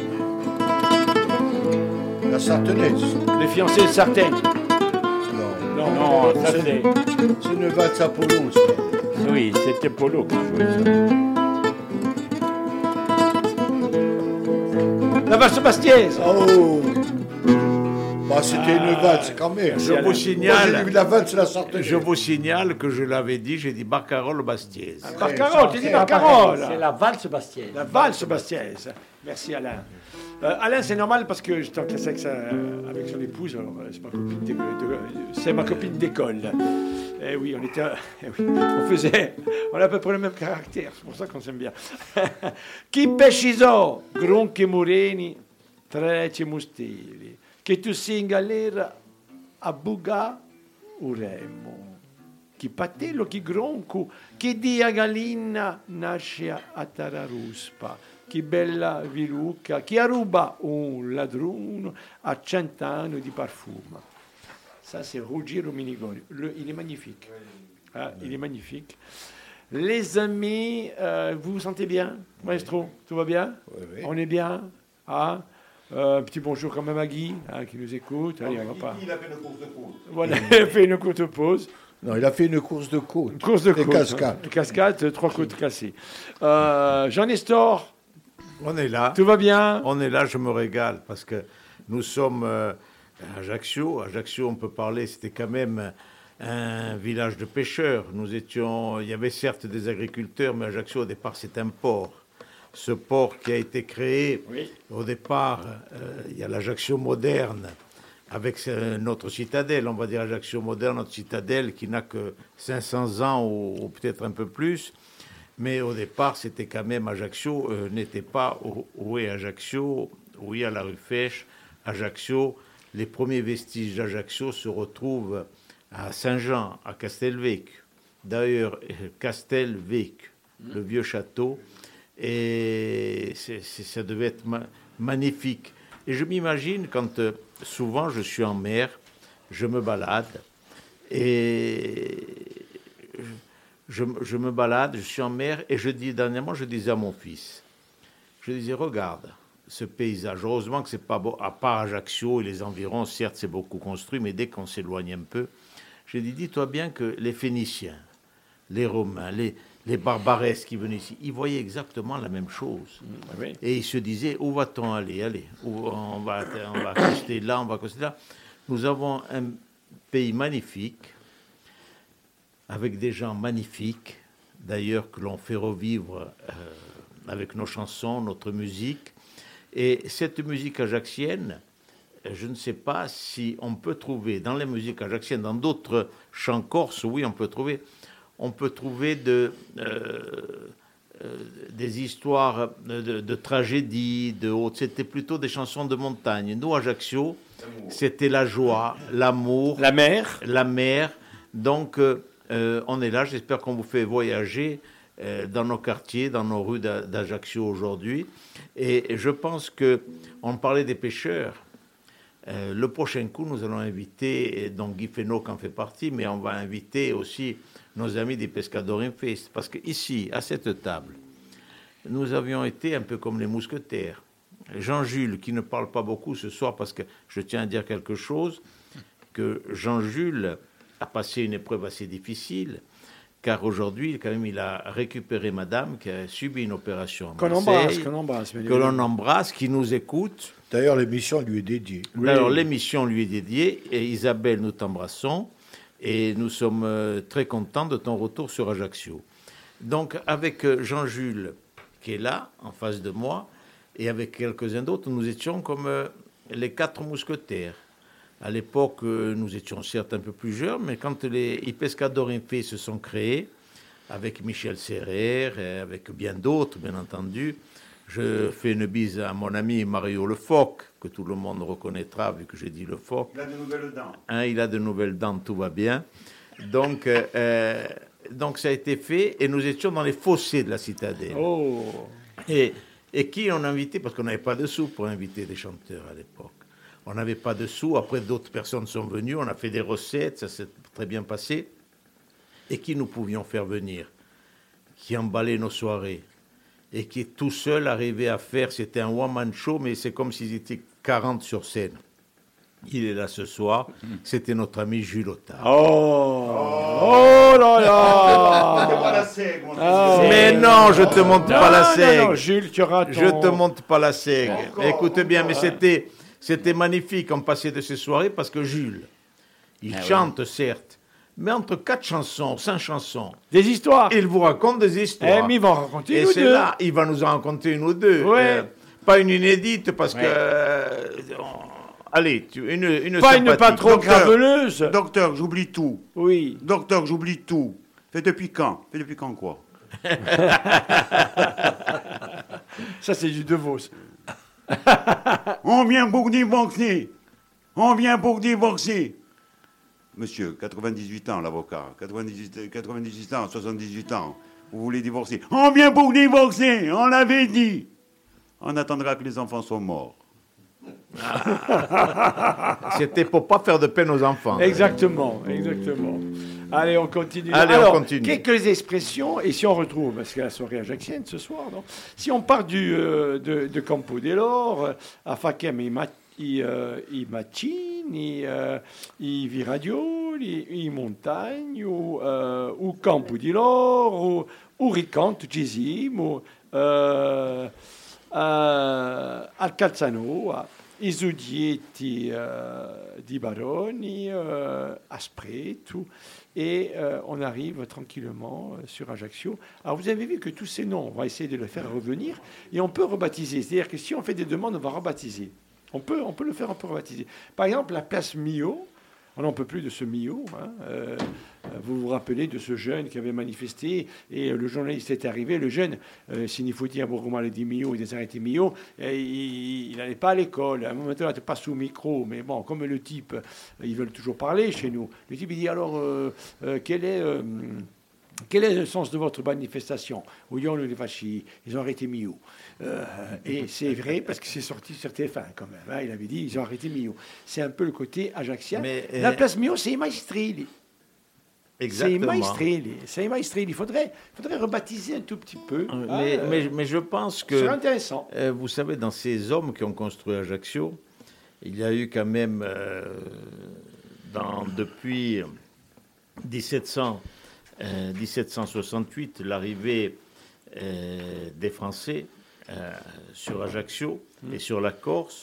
La Sartenaise. Les fiancés de Sartène. Non, ça c'est... C'est une valse à Polo, ça. Oui, c'était Polo qui jouait ça. La valse bastiaise. Oh. Bah, c'était une valse quand même. Je vous Moi, signale. j'ai vu la valse la Sartenaise. Je vous signale que je l'avais dit, j'ai dit Barcarolle Bastiaise. Barcarolle, tu dis Barcarolle. C'est la valse bastiaise. La valse bastiaise. Merci Alain. Alain, c'est normal parce que j'étais en classe avec son épouse. Alors, c'est ma copine d'école. Eh oui, on était, on a à peu près le même caractère. C'est pour ça qu'on s'aime bien. Chi pesciso, gronche moreni, trece musteli, che tu sei in galera a buga uremo. Chi patello, chi gronco, chi dia galina nasce a Tararuspa. Chi bella vilucca, chi ruba un ladruno a 100 anni di parfume. Ça, c'est Ruggiero Minigoni. Il est magnifique. Ah, il est magnifique. Les amis, vous vous sentez bien, maestro? Tout va bien? Oui. On est bien? Ah, un petit bonjour quand même à Guy, qui nous écoute. Allez, on va pas... Il a fait une course de pause. Voilà, il a fait une courte pause. Non, il a fait une course de côte. Une course de Des côte. cascades. Une cascade, 3 côtes cassées. Jean-Nestor, On est là. tout va bien? On est là, je me régale, parce que nous sommes à Ajaccio. Ajaccio, on peut parler, c'était quand même un village de pêcheurs. Il y avait certes des agriculteurs, mais Ajaccio, au départ, c'est un port. Ce port qui a été créé, au départ, il y a l'Ajaccio moderne, avec notre citadelle, on va dire Ajaccio moderne, notre citadelle qui n'a que 500 ans ou peut-être un peu plus. Mais au départ, c'était quand même Ajaccio, n'était pas où est Ajaccio, où il y a la rue Fèche, Ajaccio. Les premiers vestiges d'Ajaccio se retrouvent à Saint-Jean, à Castelvecchio. D'ailleurs, Castelvecchio, le vieux château, et ça devait être magnifique. Et je m'imagine quand souvent je suis en mer, je me balade, et je me balade, je suis en mer, et dernièrement, je disais à mon fils, je disais, regarde ce paysage, heureusement que c'est pas beau, à part Ajaccio et les environs, certes c'est beaucoup construit, mais dès qu'on s'éloigne un peu, j'ai dit, dis-toi bien que les Phéniciens, les Romains, les Barbaresques qui venaient ici, ils voyaient exactement la même chose. Oui. Et ils se disaient, où va-t-on aller? Allez, on va coster là, on va coster là. Nous avons un pays magnifique, avec des gens magnifiques, d'ailleurs que l'on fait revivre avec nos chansons, notre musique. Et cette musique ajaxienne, je ne sais pas si on peut trouver dans les musiques ajaxiennes, dans d'autres chants corses, oui, on peut trouver des histoires de tragédies, c'était plutôt des chansons de montagne. Nous, Ajaccio, c'était la joie, l'amour, la mer. Donc, on est là. J'espère qu'on vous fait voyager dans nos quartiers, dans nos rues d'Ajaccio aujourd'hui. Et je pense qu'on parlait des pêcheurs. Le prochain coup, nous allons inviter, donc Guy Fesneau en fait partie, mais on va inviter aussi nos amis des Pescadores in Fest. Parce qu'ici, à cette table, nous avions été un peu comme les mousquetaires. Jean-Jules, qui ne parle pas beaucoup ce soir, parce que je tiens à dire quelque chose, que Jean-Jules a passé une épreuve assez difficile, car aujourd'hui, quand même, il a récupéré madame qui a subi une opération à Marseille, que l'on embrasse, qui nous écoute. D'ailleurs, l'émission lui est dédiée. Alors, l'émission lui est dédiée, et Isabelle, nous t'embrassons, et nous sommes très contents de ton retour sur Ajaccio. Donc, avec Jean-Jules, qui est là, en face de moi, et avec quelques-uns d'autres, nous étions comme les 4 mousquetaires. À l'époque, nous étions certes un peu plus jeunes, mais quand les Pescadores in Fest se sont créés, avec Michel Serrer, et avec bien d'autres, bien entendu, je fais une bise à mon ami Mario Le Foc, que tout le monde reconnaîtra, vu que j'ai dit Le Foc. Il a de nouvelles dents. Il a de nouvelles dents, tout va bien. Donc ça a été fait, et nous étions dans les fossés de la citadelle. Oh. Et qui on invitait, parce qu'on n'avait pas de sous pour inviter des chanteurs à l'époque. On n'avait pas de sous. Après, d'autres personnes sont venues. On a fait des recettes. Ça s'est très bien passé. Et qui nous pouvions faire venir? Qui emballait nos soirées. Et qui, tout seul, arrivait à faire... C'était un one-man show, mais c'est comme s'ils étaient 40 sur scène. Il est là ce soir. C'était notre ami Jules Otard. Oh là là. Mais non, je ne te montre pas la seigue. Non, Jules, tu auras ton... Je ne te montre pas la seigue. Écoute bien, mais c'était magnifique. On passait de ces soirées parce que Jules, il chante, certes, mais entre 4 chansons, 5 chansons. Des histoires. Il vous raconte des histoires. Mais il va en raconter une ou deux. Et c'est là, il va nous en raconter une ou deux. Ouais. Pas une inédite, parce que... allez, une pas une pas trop graveleuse. Docteur, j'oublie tout. Oui. Docteur, j'oublie tout. Fait depuis quand quoi? Ça, c'est du De Vos. On vient pour divorcer. Monsieur, 98 ans, l'avocat. 98 ans, 78 ans. Vous voulez divorcer? On vient pour divorcer, on l'avait dit. On attendra que les enfants soient morts. C'était pour pas faire de peine aux enfants. Exactement. Allez, on continue. On continue. Quelques expressions, et si on retrouve, parce que la soirée ajaxienne ce soir, non, si on part de Campo dell'Oro, à Fachem i Macini, i Viraglioli, i Montagne, ou Campo dell'Oro, ou Ricanto, Gisimo, al Calzano, i Zudietti di Baroni, Aspretu, et on arrive tranquillement sur Ajaccio. Alors vous avez vu que tous ces noms, on va essayer de les faire revenir, et on peut rebaptiser. C'est-à-dire que si on fait des demandes, on va rebaptiser. On peut le faire, on peut rebaptiser. Par exemple, la place Millau, on n'en peut plus de ce Millau. Vous vous rappelez de ce jeune qui avait manifesté, et le journaliste est arrivé. Le jeune, s'il faut dire, Bourgoumale dit Millau, il a arrêté Millau, il n'allait pas à l'école. À un moment donné, il n'était pas sous micro, mais bon, comme le type, ils veulent toujours parler chez nous. Le type, il dit alors, quel est le sens de votre manifestation? Ouillon, les fascistes, ils ont arrêté Millau. Et c'est vrai, parce que c'est sorti sur TF1 quand même. Hein, il avait dit, ils ont arrêté Millau. C'est un peu le côté ajaxien. La place Millau, c'est i maestri. Exactement. C'est Maestrelli. Il faudrait rebaptiser un tout petit peu. Mais je pense que... C'est intéressant. Vous savez, dans ces hommes qui ont construit Ajaccio, il y a eu quand même, depuis 1768, l'arrivée des Français sur Ajaccio et sur la Corse.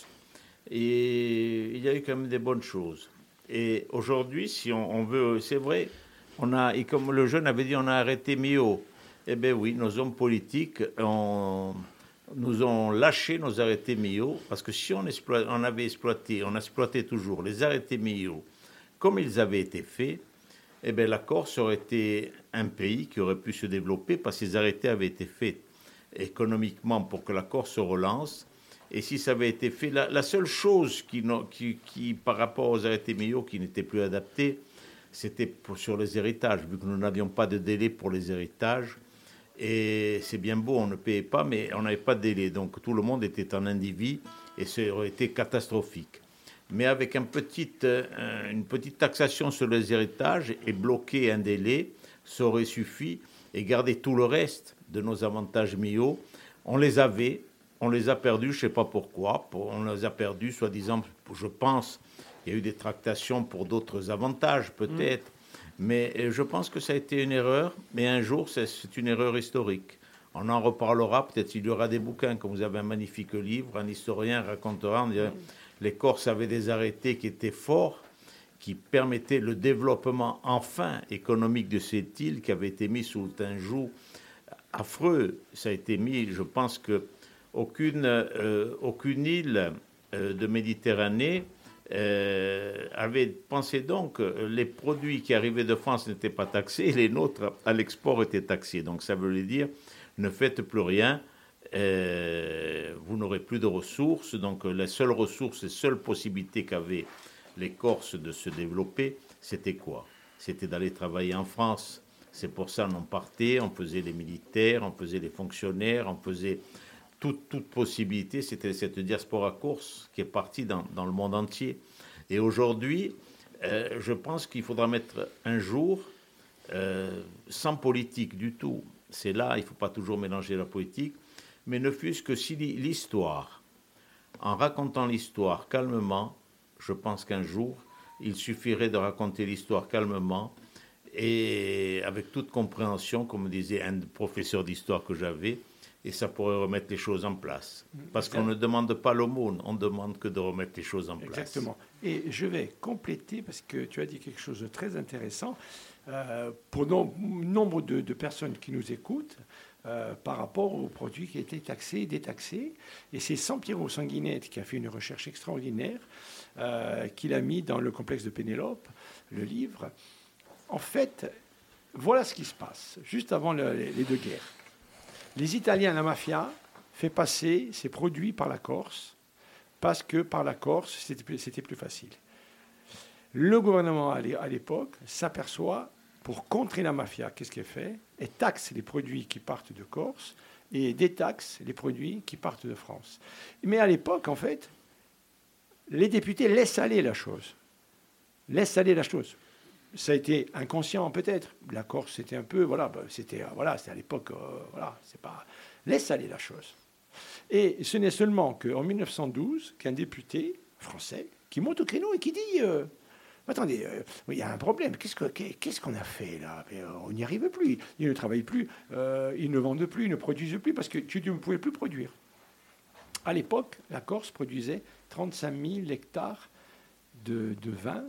Et il y a eu quand même des bonnes choses. Et aujourd'hui, si on veut, c'est vrai, et comme le jeune avait dit, on a arrêté Milhaud. Eh bien oui, nos hommes politiques nous ont lâché nos arrêtés Milhaud, parce que si on exploitait toujours les arrêtés Milhaud comme ils avaient été faits, eh bien la Corse aurait été un pays qui aurait pu se développer, parce que ces arrêtés avaient été faits économiquement pour que la Corse se relance. Et si ça avait été fait, la seule chose qui par rapport aux arrêtés Milhaud qui n'était plus adaptée, c'était sur les héritages, vu que nous n'avions pas de délai pour les héritages. Et c'est bien beau, on ne payait pas, mais on n'avait pas de délai. Donc tout le monde était en indivis et ça aurait été catastrophique. Mais avec une petite taxation sur les héritages et bloquer un délai, ça aurait suffi. Et garder tout le reste de nos avantages Milhaud, on les a perdus, je ne sais pas pourquoi. On les a perdus, soi-disant, je pense, il y a eu des tractations pour d'autres avantages, peut-être. Mais je pense que ça a été une erreur. Mais un jour, c'est une erreur historique. On en reparlera, peut-être il y aura des bouquins, comme vous avez un magnifique livre, un historien racontera, on dirait, les Corses avaient des arrêtés qui étaient forts, qui permettaient le développement, enfin, économique de cette île, qui avait été mis sous un joug affreux. Ça a été mis, je pense que aucune île de Méditerranée avait pensé donc que les produits qui arrivaient de France n'étaient pas taxés, les nôtres à l'export étaient taxés. Donc ça veut dire, ne faites plus rien, vous n'aurez plus de ressources. Donc les seules ressources, les seules possibilités qu'avaient les Corses de se développer, c'était quoi? C'était d'aller travailler en France. C'est pour ça qu'on partait, on faisait les militaires, on faisait les fonctionnaires, on faisait toute possibilité. C'était cette diaspora corse qui est partie dans le monde entier. Et aujourd'hui, je pense qu'il faudra mettre un jour, sans politique du tout. C'est là, il ne faut pas toujours mélanger la politique, mais ne fût-ce que si l'histoire, en racontant l'histoire calmement, je pense qu'un jour, il suffirait de raconter l'histoire calmement et avec toute compréhension, comme disait un professeur d'histoire que j'avais, et ça pourrait remettre les choses en place. Parce qu'on ne demande pas l'aumône, on ne demande que de remettre les choses en place. Exactement. Et je vais compléter, parce que tu as dit quelque chose de très intéressant, pour nombre de personnes qui nous écoutent, par rapport aux produits qui étaient taxés et détaxés. Et c'est Sampiero Sanguinette qui a fait une recherche extraordinaire, qu'il a mis dans le complexe de Pénélope, le livre. En fait, voilà ce qui se passe, juste avant les deux guerres. Les Italiens, la mafia, fait passer ces produits par la Corse, parce que par la Corse, c'était plus facile. Le gouvernement, à l'époque, s'aperçoit, pour contrer la mafia, qu'est-ce qu'elle fait? Elle taxe les produits qui partent de Corse et détaxe les produits qui partent de France. Mais à l'époque, en fait, les députés laissent aller la chose. Laissent aller la chose. Ça a été inconscient, peut-être. La Corse, c'était un peu... c'était à l'époque... c'est pas... Laisse aller la chose. Et ce n'est seulement qu'en 1912 qu'un député français qui monte au créneau et qui dit... attendez, il y a un problème. Qu'est-ce qu'on a fait, là? On n'y arrive plus. Ils ne travaillent plus, ils ne vendent plus, ils ne produisent plus, parce que tu ne pouvais plus produire. À l'époque, la Corse produisait 35 000 hectares de vin,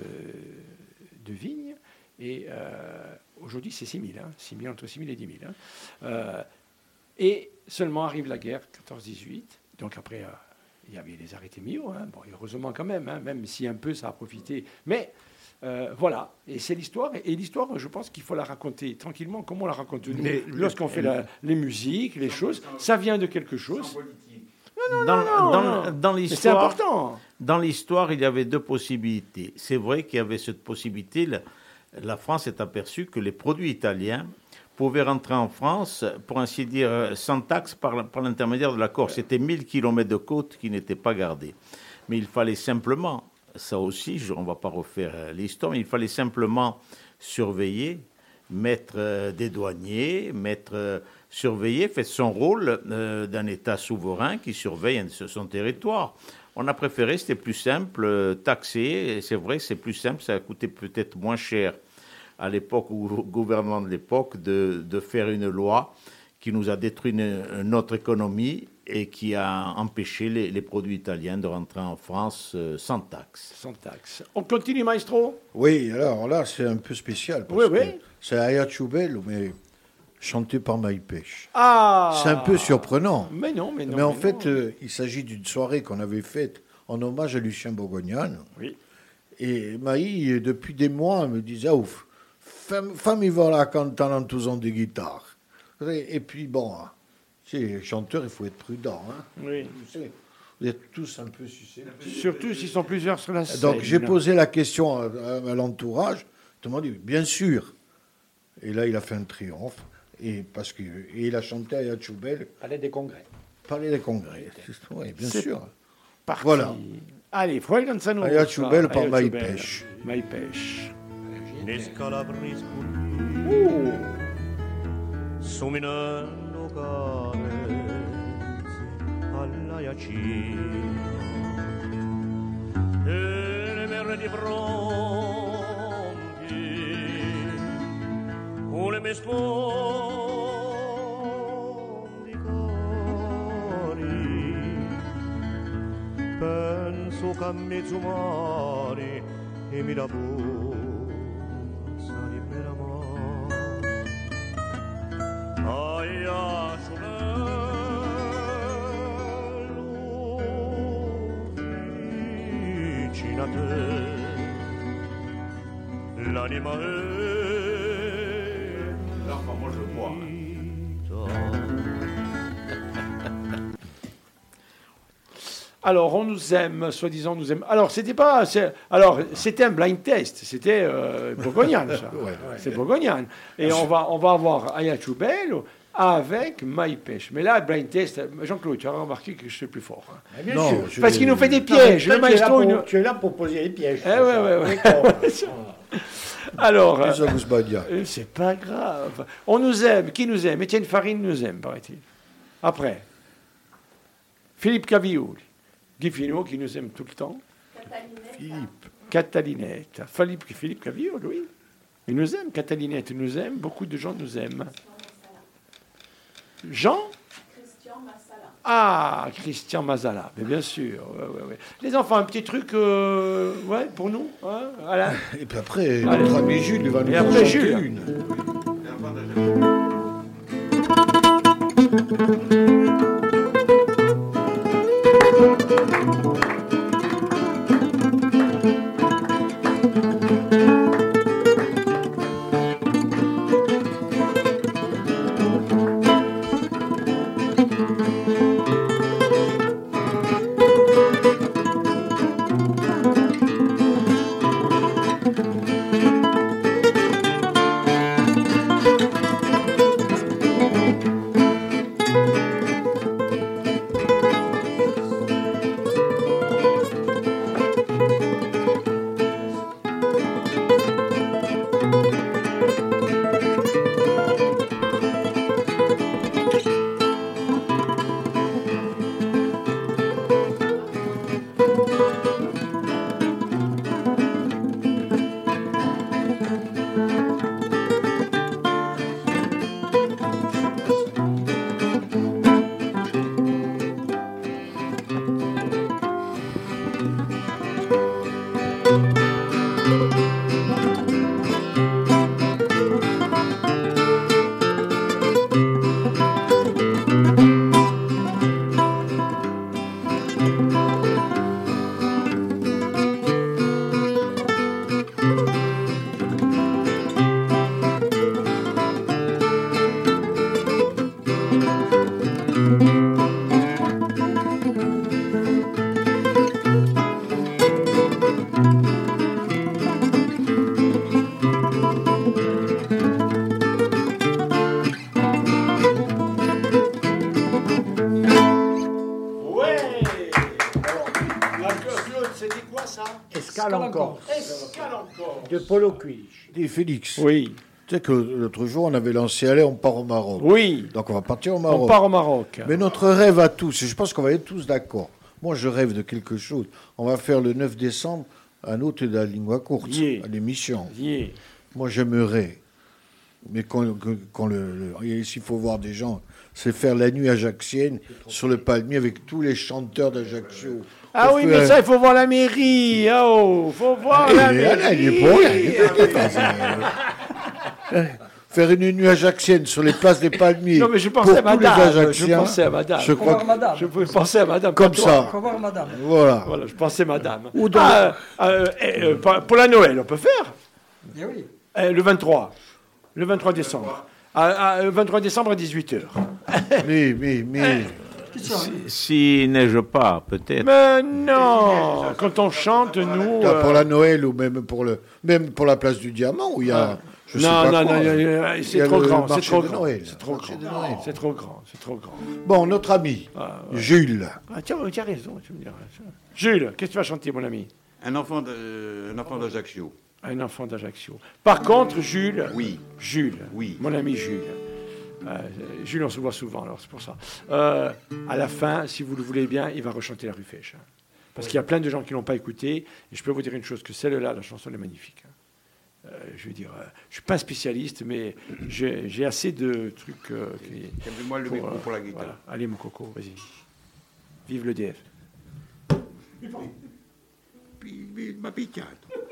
de vignes, et aujourd'hui c'est 6 000, entre 6 000 et 10 000. Et seulement arrive la guerre, 14-18, donc après il y avait les arrêtés Milhaud, heureusement quand même, même si un peu ça a profité, mais voilà, et c'est l'histoire, et l'histoire, je pense qu'il faut la raconter tranquillement, comme on la raconte nous, lorsqu'on fait les musiques, les choses, ça vient de quelque chose. Dans l'histoire, c'est important. Dans l'histoire, il y avait deux possibilités. C'est vrai qu'il y avait cette possibilité. La France s'est aperçue que les produits italiens pouvaient rentrer en France, pour ainsi dire, sans taxe par l'intermédiaire de la Corse. C'était 1000 kilomètres de côte qui n'étaient pas gardés. Mais il fallait simplement, ça aussi, on ne va pas refaire l'histoire, mais il fallait simplement surveiller, mettre des douaniers, surveiller, fait son rôle d'un État souverain qui surveille son territoire. On a préféré, c'était plus simple, taxer, et c'est vrai, c'est plus simple, ça a coûté peut-être moins cher à l'époque, au gouvernement de l'époque, de faire une loi qui nous a détruit notre économie et qui a empêché les produits italiens de rentrer en France sans taxe. Sans taxe. On continue, maestro? Oui, alors là, c'est un peu spécial. Parce que c'est Ayaciu Bello, mais chanté par Maipech. Ah! C'est un peu surprenant. Mais non. Mais en fait, il s'agit d'une soirée qu'on avait faite en hommage à Lucien Bourgognane. Oui. Et Maï, depuis des mois, me disait, ouf, fammi voilà cantano tous en de guitare. Et puis, bon, les chanteurs, il faut être prudent. Hein. Oui. Vous êtes tous un peu susceptibles. Surtout s'ils sont plusieurs sur la scène. Donc, j'ai posé la question à l'entourage. Tout le monde dit, bien sûr. Et là, il a fait un triomphe. Et il a chanté à Ayaciu Bello. Palais des Congrès. Palais des Congrès. Oui, bien sûr. Parti. Voilà. Allez, Fuori Danza Nostra. Ayaciu Bello par Maipech. Maipech. Sominando carezze all'Aiacino e le verdi fronti o le mie sfondi cari penso che a mezzo mare e mi da sarebbe l'amore Ayaciu Bello vicino a te l'anima è moi je bois. Alors, on nous aime, soi-disant, on nous aime. Alors, c'était un blind test. C'était Bourgognane, ça. C'est Bourgognane. Et on va avoir Ayaciu Bello avec Maipech. Mais là, blind test, Jean-Claude, tu as remarqué que je suis plus fort. Hein. Bien sûr. Parce qu'il nous fait des pièges. Le maestro, tu es là pour poser les pièges. Ouais. Alors, c'est pas grave. On nous aime. Qui nous aime? Étienne Farine nous aime, paraît-il. Après, Philippe Caviouli. Guy Finot qui nous aime tout le temps. Catalinette. Philippe Caviouli, oui. Il nous aime. Catalinette nous aime. Beaucoup de gens nous aiment. Jean? Christian Massala. Ah, Christian Massala. Mais bien sûr. Ouais. Les enfants, un petit truc pour nous. Hein, voilà. Et puis après, notre ami Jules, il va nous en chanter une. encore. De Polo Cuige. Dis Félix. Oui. Tu sais que l'autre jour, on avait lancé Allez, on part au Maroc. Oui. Donc on va partir au Maroc. On part au Maroc. Mais notre rêve à tous, et je pense qu'on va être tous d'accord. Moi, je rêve de quelque chose. On va faire le 9 décembre un autre de la lingua courte, à l'émission. Moi, j'aimerais, mais s'il faut voir des gens, c'est faire la nuit ajaxienne sur le palmier avec tous les chanteurs d'Ajaccio. Ah oui, mais ça, il faut voir la mairie. Oh, faut voir la mairie. Il est bon, faire une nuit ajaxienne sur les places des palmiers. Non, mais je pensais à madame. Je pensais à madame. Je crois je pouvais penser à madame. Comme ça. Faut voir madame. Voilà. Je pensais madame. Ou pour la Noël, on peut faire Eh oui. le 23. Le 23 décembre. 23 décembre à 18h. Mais. S'il neige pas, peut-être. Mais non. Quand on chante, nous... Pour la Noël ou même pour la place du Diamant où il y a... Non, c'est trop grand. C'est trop grand. C'est trop grand. Bon, notre ami, Jules. Tu as raison, tu me diras. Jules, qu'est-ce que tu vas chanter, mon ami? Un enfant d'Ajaccio. Un enfant d'Ajaccio. Par contre, Jules... Oui. Jules. Oui. Mon ami Jules. Jules, on se voit souvent, alors c'est pour ça. À la fin, si vous le voulez bien, il va rechanter La Rufèche. Hein. Parce qu'il y a plein de gens qui ne l'ont pas écouté. Et je peux vous dire une chose, que celle-là, la chanson est magnifique. Hein. Je veux dire, je ne suis pas un spécialiste, mais j'ai assez de trucs... Moi le micro pour la guitare. Voilà. Allez, mon coco, vas-y. Vive le DF. Ma picade.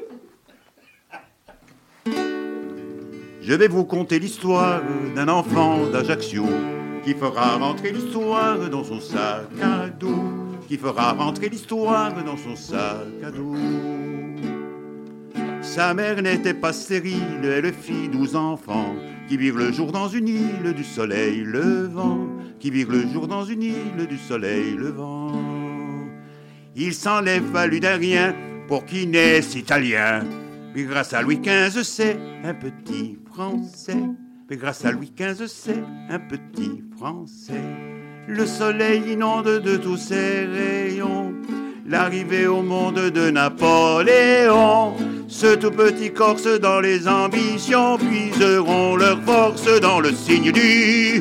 Je vais vous conter l'histoire d'un enfant d'Ajaccio qui fera rentrer l'histoire dans son sac à dos, qui fera rentrer l'histoire dans son sac à dos. Sa mère n'était pas stérile, elle fit 12 enfants qui virent le jour dans une île du soleil levant, qui virent le jour dans une île du soleil levant. Il s'en est fallu d'un rien pour qu'il naisse italien. Mais grâce à Louis XV, c'est un petit Français. Mais grâce à Louis XV, c'est un petit Français. Le soleil inonde de tous ses rayons l'arrivée au monde de Napoléon. Ce tout petit Corse dans les ambitions puiseront leur force dans le signe du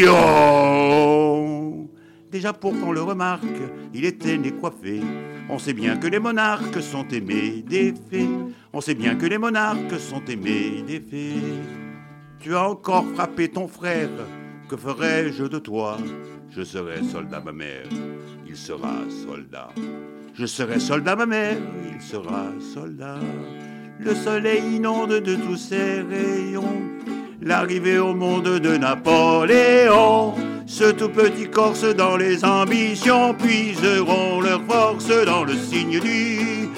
lion. Déjà pour qu'on le remarque, il était né coiffé. On sait bien que les monarques sont aimés des fées. On sait bien que les monarques sont aimés des fées. Tu as encore frappé ton frère, que ferais-je de toi? Je serai soldat ma mère, il sera soldat. Je serai soldat ma mère, il sera soldat. Le soleil inonde de tous ses rayons l'arrivée au monde de Napoléon. Ce tout petit Corse dans les ambitions puiseront leur force dans le signe du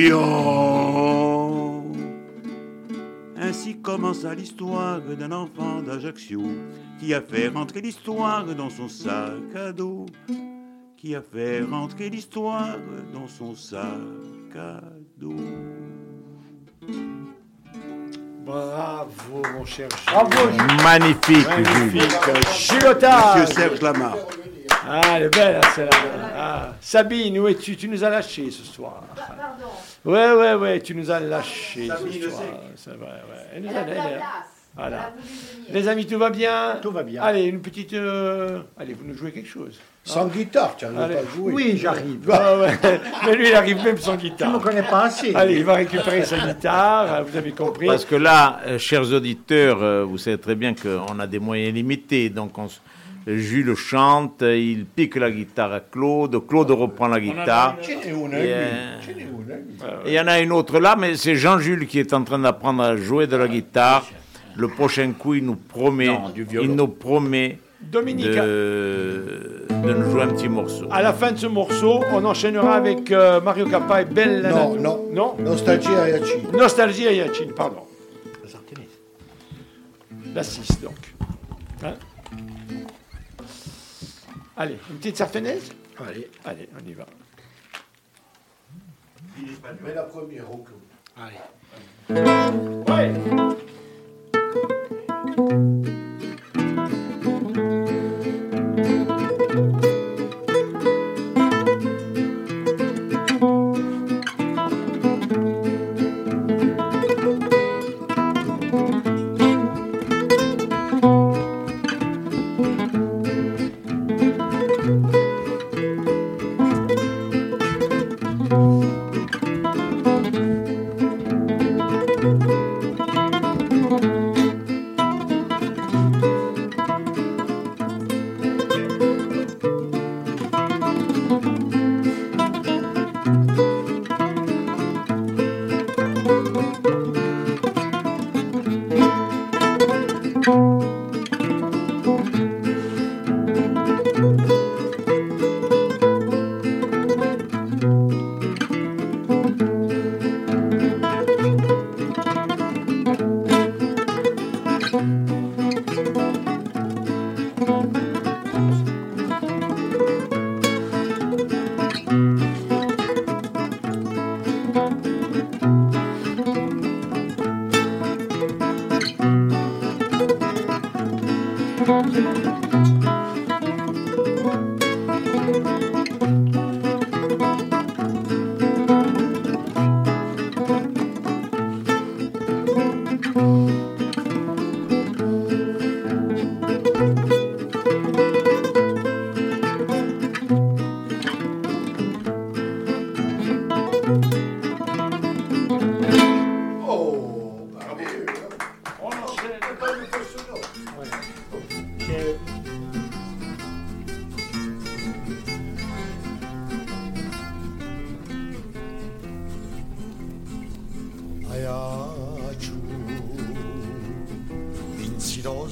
lion. Ainsi commença l'histoire d'un enfant d'Ajaccio qui a fait rentrer l'histoire dans son sac à dos, qui a fait rentrer l'histoire dans son sac à dos. Bravo, mon cher Jules. Bravo, Jules. Magnifique, Jules Otage. Monsieur Serge Lamar. Ah, elle est belle, hein, celle-là. Ah. Sabine, où es-tu? Tu nous as lâchés ce soir. Pardon. Ouais, tu nous as lâchés Sabine ce soir. C'est vrai, ouais. Elle nous a lâchés. Voilà. Voilà. Les amis, tout va bien? Tout va bien. Allez, une petite... Allez, vous nous jouez quelque chose. Sans guitare, tu n'arrives pas à jouer. Oui, j'arrive. Ah ouais. Mais lui, il arrive même sans guitare. Tu ne me connais pas assez. Allez, il va récupérer sa guitare, vous avez compris. Parce que là, chers auditeurs, vous savez très bien qu'on a des moyens limités. Donc, Jules chante, il pique la guitare à Claude, Claude reprend la guitare. Et il y en a une autre là, mais c'est Jean-Jules qui est en train d'apprendre à jouer de la guitare. Le prochain coup, il nous promet, Dominique, de nous jouer un petit morceau. à la fin de ce morceau, on enchaînera avec Mario Cappa et Belle Lana. Non. Nostalgie à Yacine. Nostalgie à Yacine, pardon. La 6, donc. Hein? Allez, une petite sartenaise? Allez, on y va. Mais la première, au Allez. Ouais.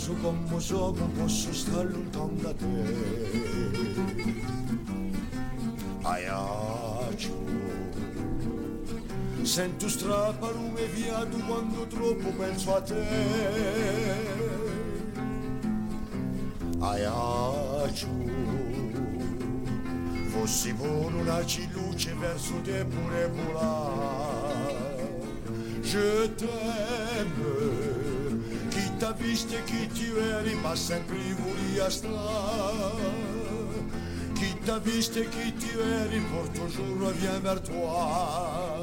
Mentiroso come sono, posso stare lontano da te. Aiaccio, sento strapparume fiato quando troppo penso a te. Aiaccio, fossi buono una luce verso te pure volare. Je t'aime, chi t'ha visto e chi ti vedi, ma sempre volia stare. Qui t'a visto et qui tu es, pour toujours revient vers toi.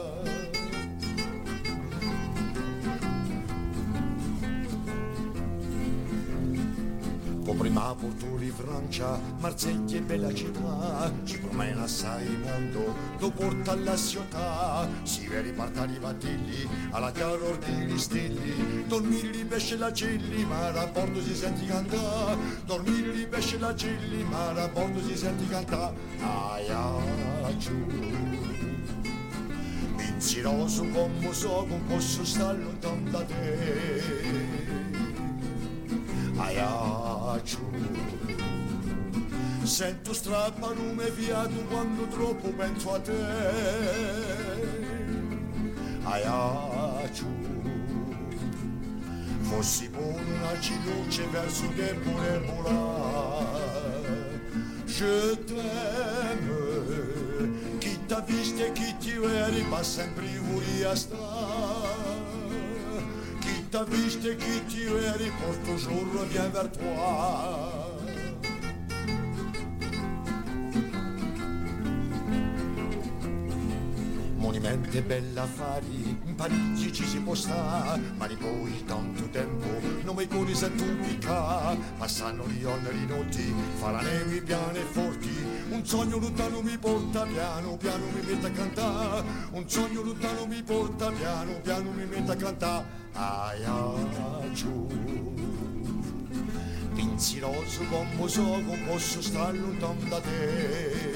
Prima porto di Francia, Marseglia è bella città, ci promena assai il mondo, lo porta alla città, si vede parta di battelli, alla calor degli steli, dormire di pesce la celli, ma a bordo si senti cantare, dormire di pesce la celli, ma a bordo si senti cantare, aiaccio. Pensiroso come so, non posso stare lontano da te. Aiaccio, sento strapparume fiato quando troppo penso a te. Aiaccio, fossi buono una luce verso te pure volare. Je t'aime, chi t'ha visto e chi ti vedi, ma sempre volia stare. T'as visto qui tu es, pour toujours revient vers toi. Monumenti e bella affari, in Parigi ci si può stare, ma di poi tanto tempo non mi cuori se tu picca. Passano gli giorni e le notti, fa la neve piane e forti, un sogno lontano mi porta, piano piano mi mette a cantare, un sogno lontano mi porta, piano piano mi mette a cantare. Aiaccio, pensiroso come so, non posso stare lontano da te.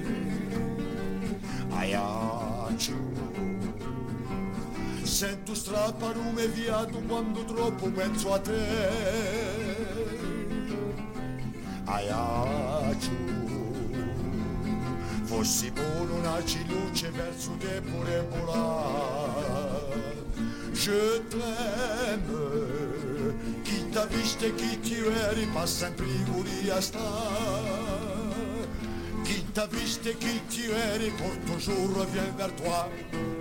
Aiaccio, sento strapparume fiato quando troppo penso a te. Aiaccio, fossi buono una luce verso te pure volare. Je t'aime, chi t'ha visto e chi ti vedi, ma sempre volia stare. Chi t'ha visto e chi ti vedi, pour toujours revient vers toi.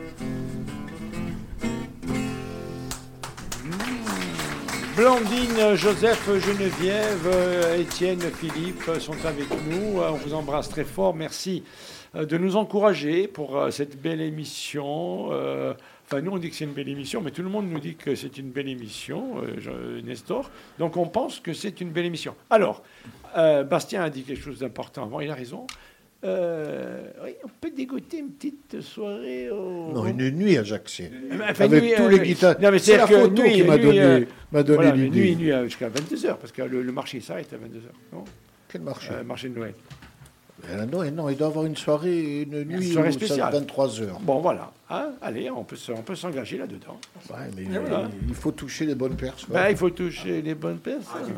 Blandine, Joseph, Geneviève, Étienne, Philippe sont avec nous. On vous embrasse très fort. Merci de nous encourager pour cette belle émission. Enfin, nous, on dit que c'est une belle émission, mais tout le monde nous dit que c'est une belle émission, Nestor. Donc, on pense que c'est une belle émission. Alors, Bastien a dit quelque chose d'important avant, il a raison. Oui, on peut dégoter une petite soirée au... Non, une nuit à Ajaccio. Enfin, avec nuit, tous les guitares. Non, mais c'est la photo nuit, qui m'a donné voilà, l'idée. Nuit jusqu'à 22h, parce que le marché s'arrête à 22h. Non, quel marché marché de Noël. Non, il doit y avoir une soirée, une nuit soirée spéciale. 23h. Bon, voilà. Hein, allez, on peut s'engager là-dedans. Ouais, mais il faut toucher les bonnes personnes. Ben, il faut toucher les bonnes personnes.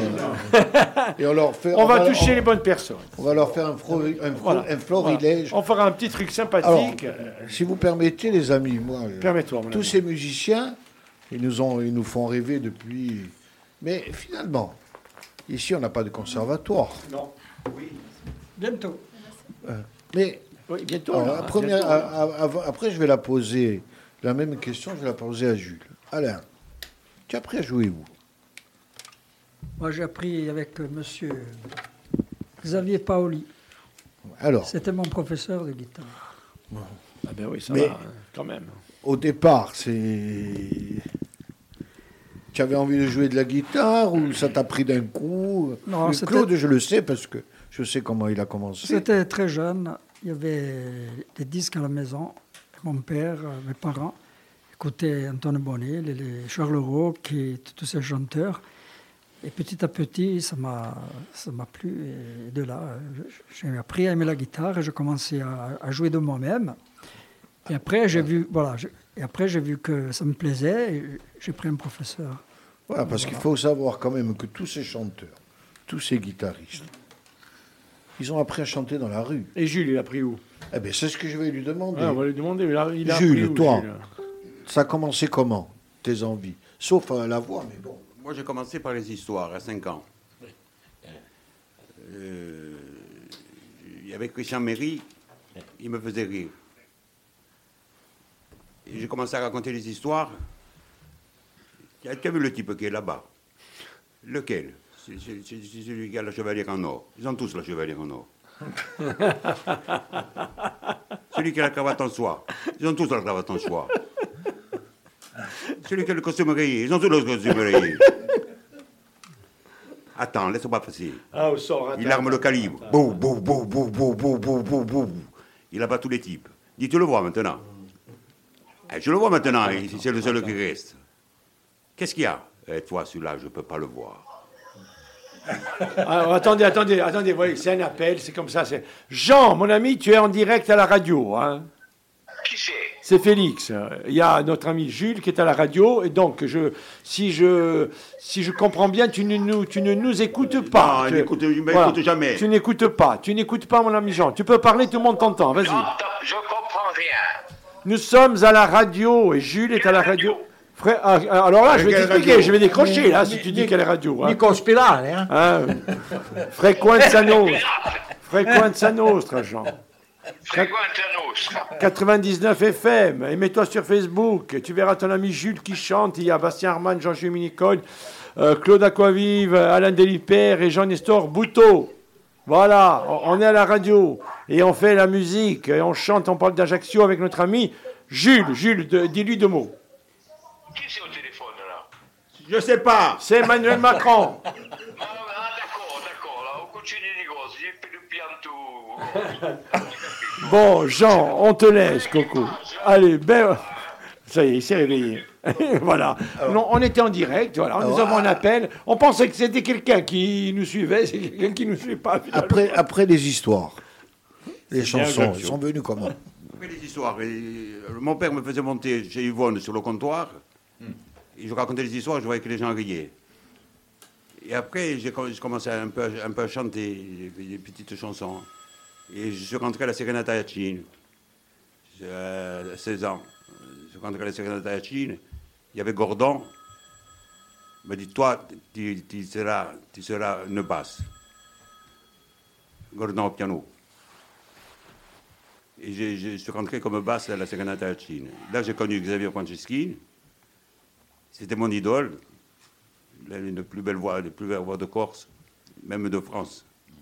Et on leur fait... On va toucher les bonnes personnes. On va leur faire un florilège. On fera un petit truc sympathique. Alors, si vous permettez, les amis, moi, tous ces musiciens, ils nous font rêver depuis... Mais finalement, ici, on n'a pas de conservatoire. Non. Oui. Bientôt. Mais oui, bientôt. Alors, après, je vais la poser. La même question, je vais la poser à Jules. Alain, tu as appris à jouer où? Moi, j'ai appris avec monsieur Xavier Paoli. Alors, c'était mon professeur de guitare. Ah ben oui, ça va, quand même. Au départ, tu avais envie de jouer de la guitare ou ça t'a pris d'un coup? Non, Claude, je le sais parce que je sais comment il a commencé. C'était très jeune. Il y avait des disques à la maison. Mon père, mes parents écoutaient Antoine Bonnet, les Charles Roch et tous ces chanteurs. Et petit à petit, ça m'a plu. Et de là, j'ai appris à aimer la guitare et j'ai commencé à jouer de moi-même. Et après, j'ai vu que ça me plaisait et j'ai pris un professeur. Voilà, parce qu'il faut savoir quand même que tous ces chanteurs, tous ces guitaristes, ils ont appris à chanter dans la rue. Et Jules, il a pris où? Eh bien, c'est ce que je vais lui demander. On va lui demander. Il a Jules, appris où, toi, Jules ça a commencé comment, tes envies? Sauf la voix, mais bon. Moi, j'ai commencé par les histoires à 5 ans. Il y avait Christian Méry, il me faisait rire. Et j'ai commencé à raconter les histoires. Tu as vu le type qui est là-bas? Lequel? C'est celui qui a la chevalière en or. Ils ont tous la chevalière en or. Celui qui a la cravate en soie. Ils ont tous la cravate en soie. Celui qui a le costume rayé. Ils ont tous le costume rayé. Attends, laisse-moi passer. Ah, au sort, il arme le calibre. Bou, bou, bou, bou, bou, bou, bou, bou, bou. Il abat tous les types. Dis, tu le vois maintenant? Je le vois maintenant, c'est le seul qui reste. Qu'est-ce qu'il y a? Toi, celui-là, je ne peux pas le voir. Alors, attendez, voyez, c'est un appel, c'est comme ça. Jean, mon ami, tu es en direct à la radio. Hein? Qui c'est? C'est Félix. Il y a notre ami Jules qui est à la radio, et donc, si je comprends bien, tu ne nous écoutes pas. Non, écoute jamais. Tu n'écoutes pas, mon ami Jean. Tu peux parler, tout le monde t'entend, vas-y. Je comprends rien. Nous sommes à la radio, et Jules est à la radio. Frère, alors là, je vais t'expliquer, je vais décrocher, là, si tu dis quelle radio. Hein. Nico Spirale, hein. Frequenza Nostra, Jean. Frequenza Nostra. 99 FM, et mets-toi sur Facebook, tu verras ton ami Jules qui chante, il y a Bastien Armand, Jean-Jules Minicole, Claude Aquavive, Alain Delipère et Jean-Nestor Bouteau. Voilà, on est à la radio, et on fait la musique, et on chante, on parle d'Ajaccio avec notre ami Jules. Jules, dis-lui 2 mots. Qui c'est au téléphone, là? Je sais pas. C'est Emmanuel Macron. D'accord, là, au cucini di cose, il pianto. Bon, Jean, on te laisse, Coco. Allez, ça y est, il s'est réveillé. Voilà. Non, on était en direct, voilà. Nous avons un appel. On pensait que c'était quelqu'un qui nous suivait, c'est quelqu'un qui ne nous suit pas. Après les histoires, les chansons, ils sont venus comment? Après les histoires, mon père me faisait monter chez Yvonne sur le comptoir. Et je racontais les histoires, je voyais que les gens riaient. Et après, j'ai commencé un peu à chanter des petites chansons. Et je suis rentré à la Serenata à Chine, à 16 ans. Je suis rentré à la Serenata à Chine. Il y avait Gordon. Il m'a dit, toi, tu seras une basse. Gordon au piano. Et je suis rentré comme basse à la Serenata à Chine. Là, j'ai connu Xavier Franceschi. C'était mon idole. Il a une plus belle voix, les plus belles voix de Corse, même de France.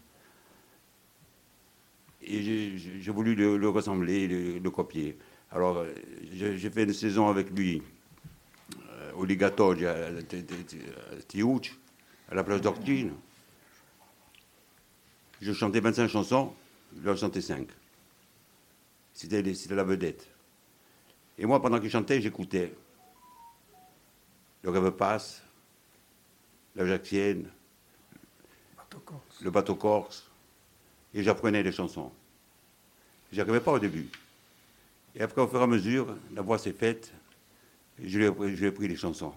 Et j'ai voulu le ressembler, le copier. Alors, j'ai fait une saison avec lui au Ligatorio à Tiouch, à la plage d'Ortine. Je chantais 25 chansons, il en chantait 5. C'était la vedette. Et moi, pendant qu'il chantait, j'écoutais. Le rêve passe, l'Ajaccienne, le bateau corse, et j'apprenais les chansons. Je n'arrivais pas au début. Et après, au fur et à mesure, la voix s'est faite, et je lui ai pris les chansons.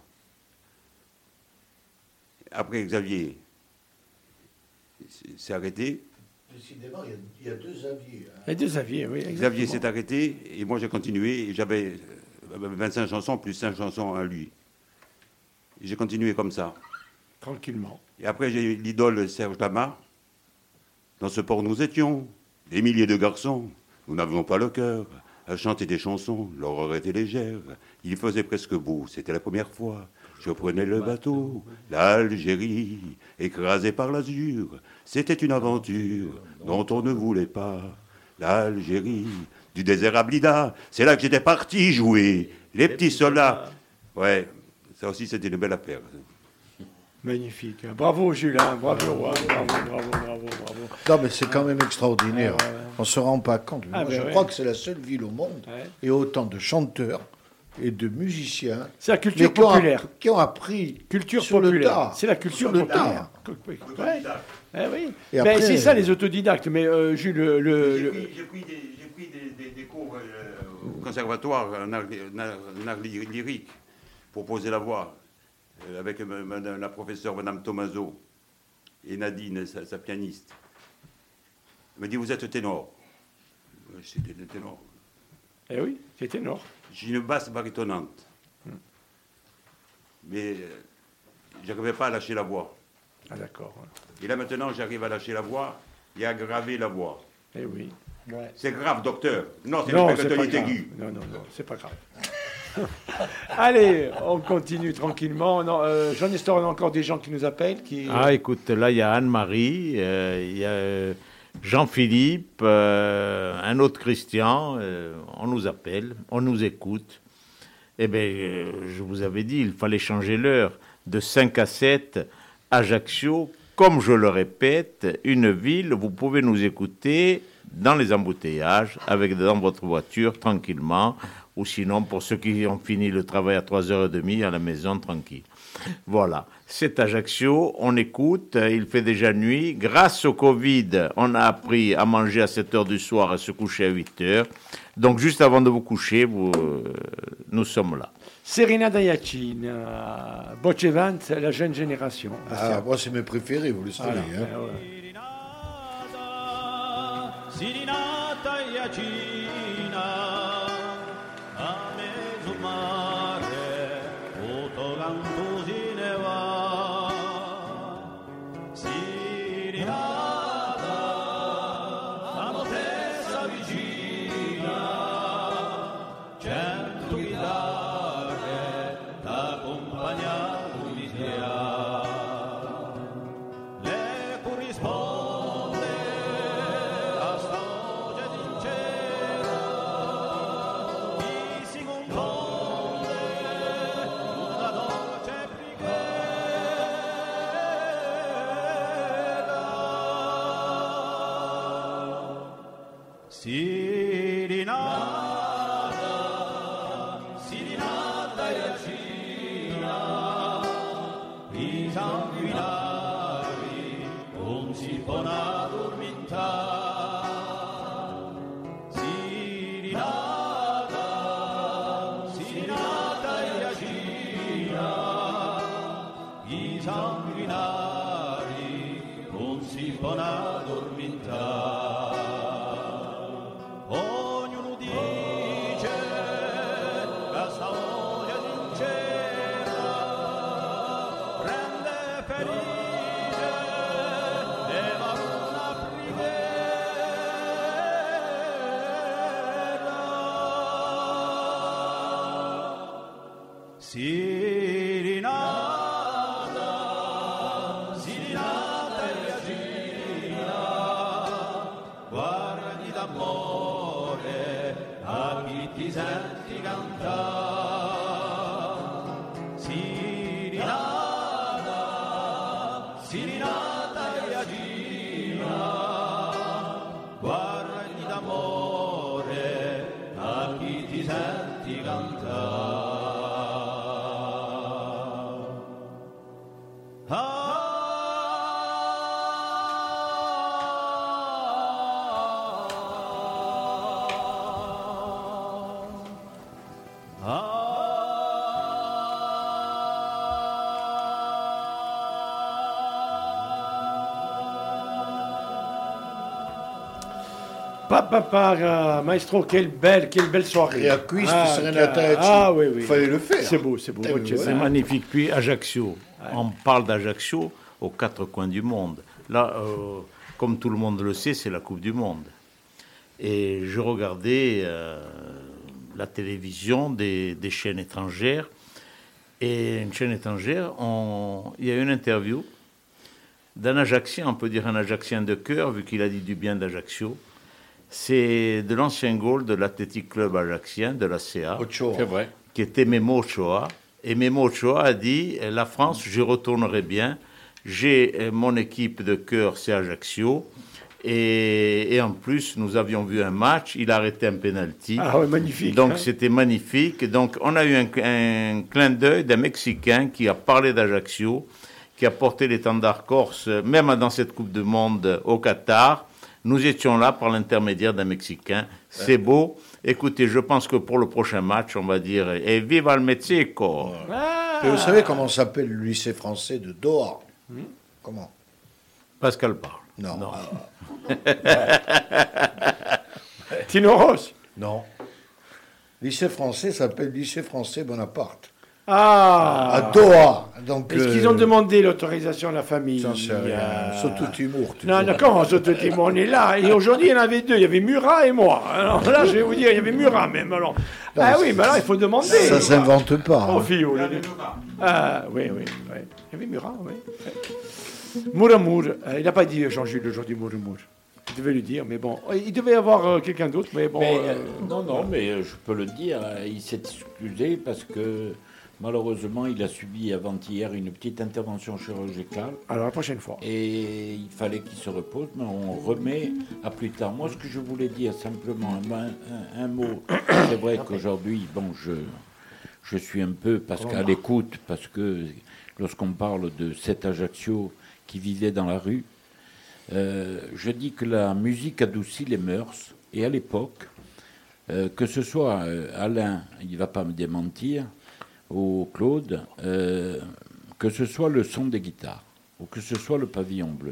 Après, Xavier s'est arrêté. Décidément, il y a 2 Xavier. Hein. Il y a 2 Xavier, oui. Exactement. Xavier s'est arrêté, et moi j'ai continué, et j'avais 25 chansons plus 5 chansons à lui. Et j'ai continué comme ça. Tranquillement. Et après, j'ai l'idole Serge Lama. Dans ce port, nous étions des milliers de garçons. Nous n'avions pas le cœur à chanter des chansons. L'aurore était légère. Il faisait presque beau. C'était la première fois. Je prenais le bateau, l'Algérie, écrasée par l'azur. C'était une aventure dont on ne voulait pas. L'Algérie, du désert à Blida. C'est là que j'étais parti jouer. Les petits soldats. Ouais, ça aussi, c'était une belle affaire. Magnifique. Bravo, Julien. Bravo. Non, mais c'est quand même extraordinaire. On ne se rend pas compte. Je crois que c'est la seule ville au monde et autant de chanteurs et de musiciens. C'est la culture populaire. Qui ont appris culture sur populaire. le tard. C'est la culture populaire. Oui. Et après, après, c'est ça les autodidactes. Mais Jules, J'ai pris des cours au conservatoire en art lyrique pour poser la voix. avec la professeure Madame Tomaso et Nadine, sa pianiste. Elle m'a dit, vous êtes ténor. C'était le ténor. Eh oui, c'est ténor. J'ai une basse barytonnante. Mais je n'arrivais pas à lâcher la voix. Ah d'accord. Et là maintenant, j'arrive à lâcher la voix et à graver la voix. Eh oui. Ouais. C'est grave, docteur. Non, c'est Non, une c'est pas péritonnite grave. aiguë. Non, c'est pas grave. Allez, on continue tranquillement. Jean Nestor, on a encore des gens qui nous appellent. Ah, écoute, là, il y a Anne-Marie, il y a Jean-Philippe, un autre Christian. On nous appelle, on nous écoute. Eh bien, je vous avais dit, il fallait changer l'heure de 5 à 7. Ajaccio, comme je le répète, une ville, vous pouvez nous écouter dans les embouteillages, dans votre voiture, tranquillement, ou sinon, pour ceux qui ont fini le travail à 3h30, à la maison, tranquille. Voilà, c'est Ajaccio, on écoute, il fait déjà nuit. Grâce au Covid, on a appris à manger à 7h du soir et à se coucher à 8h. Donc, juste avant de vous coucher, nous sommes là. Serena Dayacine, Bocevant, la jeune génération. Ah, moi, c'est mes préférés, vous le savez. Voilà, hein. Sirinata Iacina, a mezzo mare, Otolantusine va. Sirinata, amoressa vicina, 100 chitarre d'accompagnare l'idea. Le corrisponde la storia sincera, chi si confonde una dolce preghiera. Sirinata Iacina, i sanguinari non si possono addormentare. Sirinata Iacina, i sanguinari non si possono addormentare. Ognuno dice la storia sincera rende felice e va una preghiera. Sirinata Iacina, guardi d'amore a chi ti senti cantare. Sirinata Iacina, guardi d'amore a chi ti senti cantare. Maestro, quelle belle soirée. Et à Cuiste, Serenata Iacina. Ah oui, oui. Il fallait le faire. C'est beau. C'est magnifique. Puis Ajaccio, on parle d'Ajaccio aux 4 coins du monde. Là, comme tout le monde le sait, c'est la Coupe du Monde. Et je regardais la télévision des chaînes étrangères. Et une chaîne étrangère, il y a une interview d'un Ajaxien, on peut dire un Ajaxien de cœur, vu qu'il a dit du bien d'Ajaccio. C'est de l'ancien goal de l'Athletic Club ajaxien, de la CA, C'est vrai. qui était Memo Ochoa. Et Memo Ochoa a dit, la France, j'y retournerai bien. J'ai mon équipe de cœur, c'est Ajaccio. Et en plus, nous avions vu un match, il a arrêté un penalty. Ah ouais, magnifique. Donc hein. c'était magnifique. Donc on a eu un clin d'œil d'un Mexicain qui a parlé d'Ajaccio, qui a porté l'étendard corse, même dans cette Coupe du Monde au Qatar. Nous étions là par l'intermédiaire d'un Mexicain. C'est beau. Écoutez, je pense que pour le prochain match, on va dire « Et viva le Mexico !» Ah, Et vous savez comment s'appelle le lycée français de Doha? Comment? Pascal parle. Non. Tino Ross? Non. Lycée français s'appelle lycée français Bonaparte. Ah, à Doha. Donc, est-ce qu'ils ont demandé l'autorisation à la famille? J'en sais rien. Surtout Timour. Non, d'accord, surtout Timour, on est là. Et aujourd'hui, il y en avait deux. Il y avait Murat et moi. Alors là, je vais vous dire, il y avait Murat même. Alors. Ah oui, mais alors, il faut demander. Ça ne s'invente pas. Oh, fille, ah, oui. Il y avait Murat, oui. Mouramour. Il n'a pas dit Jean-Jules aujourd'hui, Mouramour. Il devait lui dire, mais bon. Il devait y avoir quelqu'un d'autre, mais bon. Non, mais je peux le dire. Il s'est excusé parce que malheureusement, il a subi avant-hier une petite intervention chirurgicale. Alors la prochaine fois. Et il fallait qu'il se repose, mais on remet à plus tard. Moi, ce que je voulais dire simplement, un mot. C'est vrai qu'aujourd'hui, bon, je suis un peu à l'écoute, parce que lorsqu'on parle de cet Ajaccio qui vivait dans la rue, je dis que la musique adoucit les mœurs. Et à l'époque, que ce soit Alain, il ne va pas me démentir, ou Claude, que ce soit le son des guitares, ou que ce soit le pavillon bleu,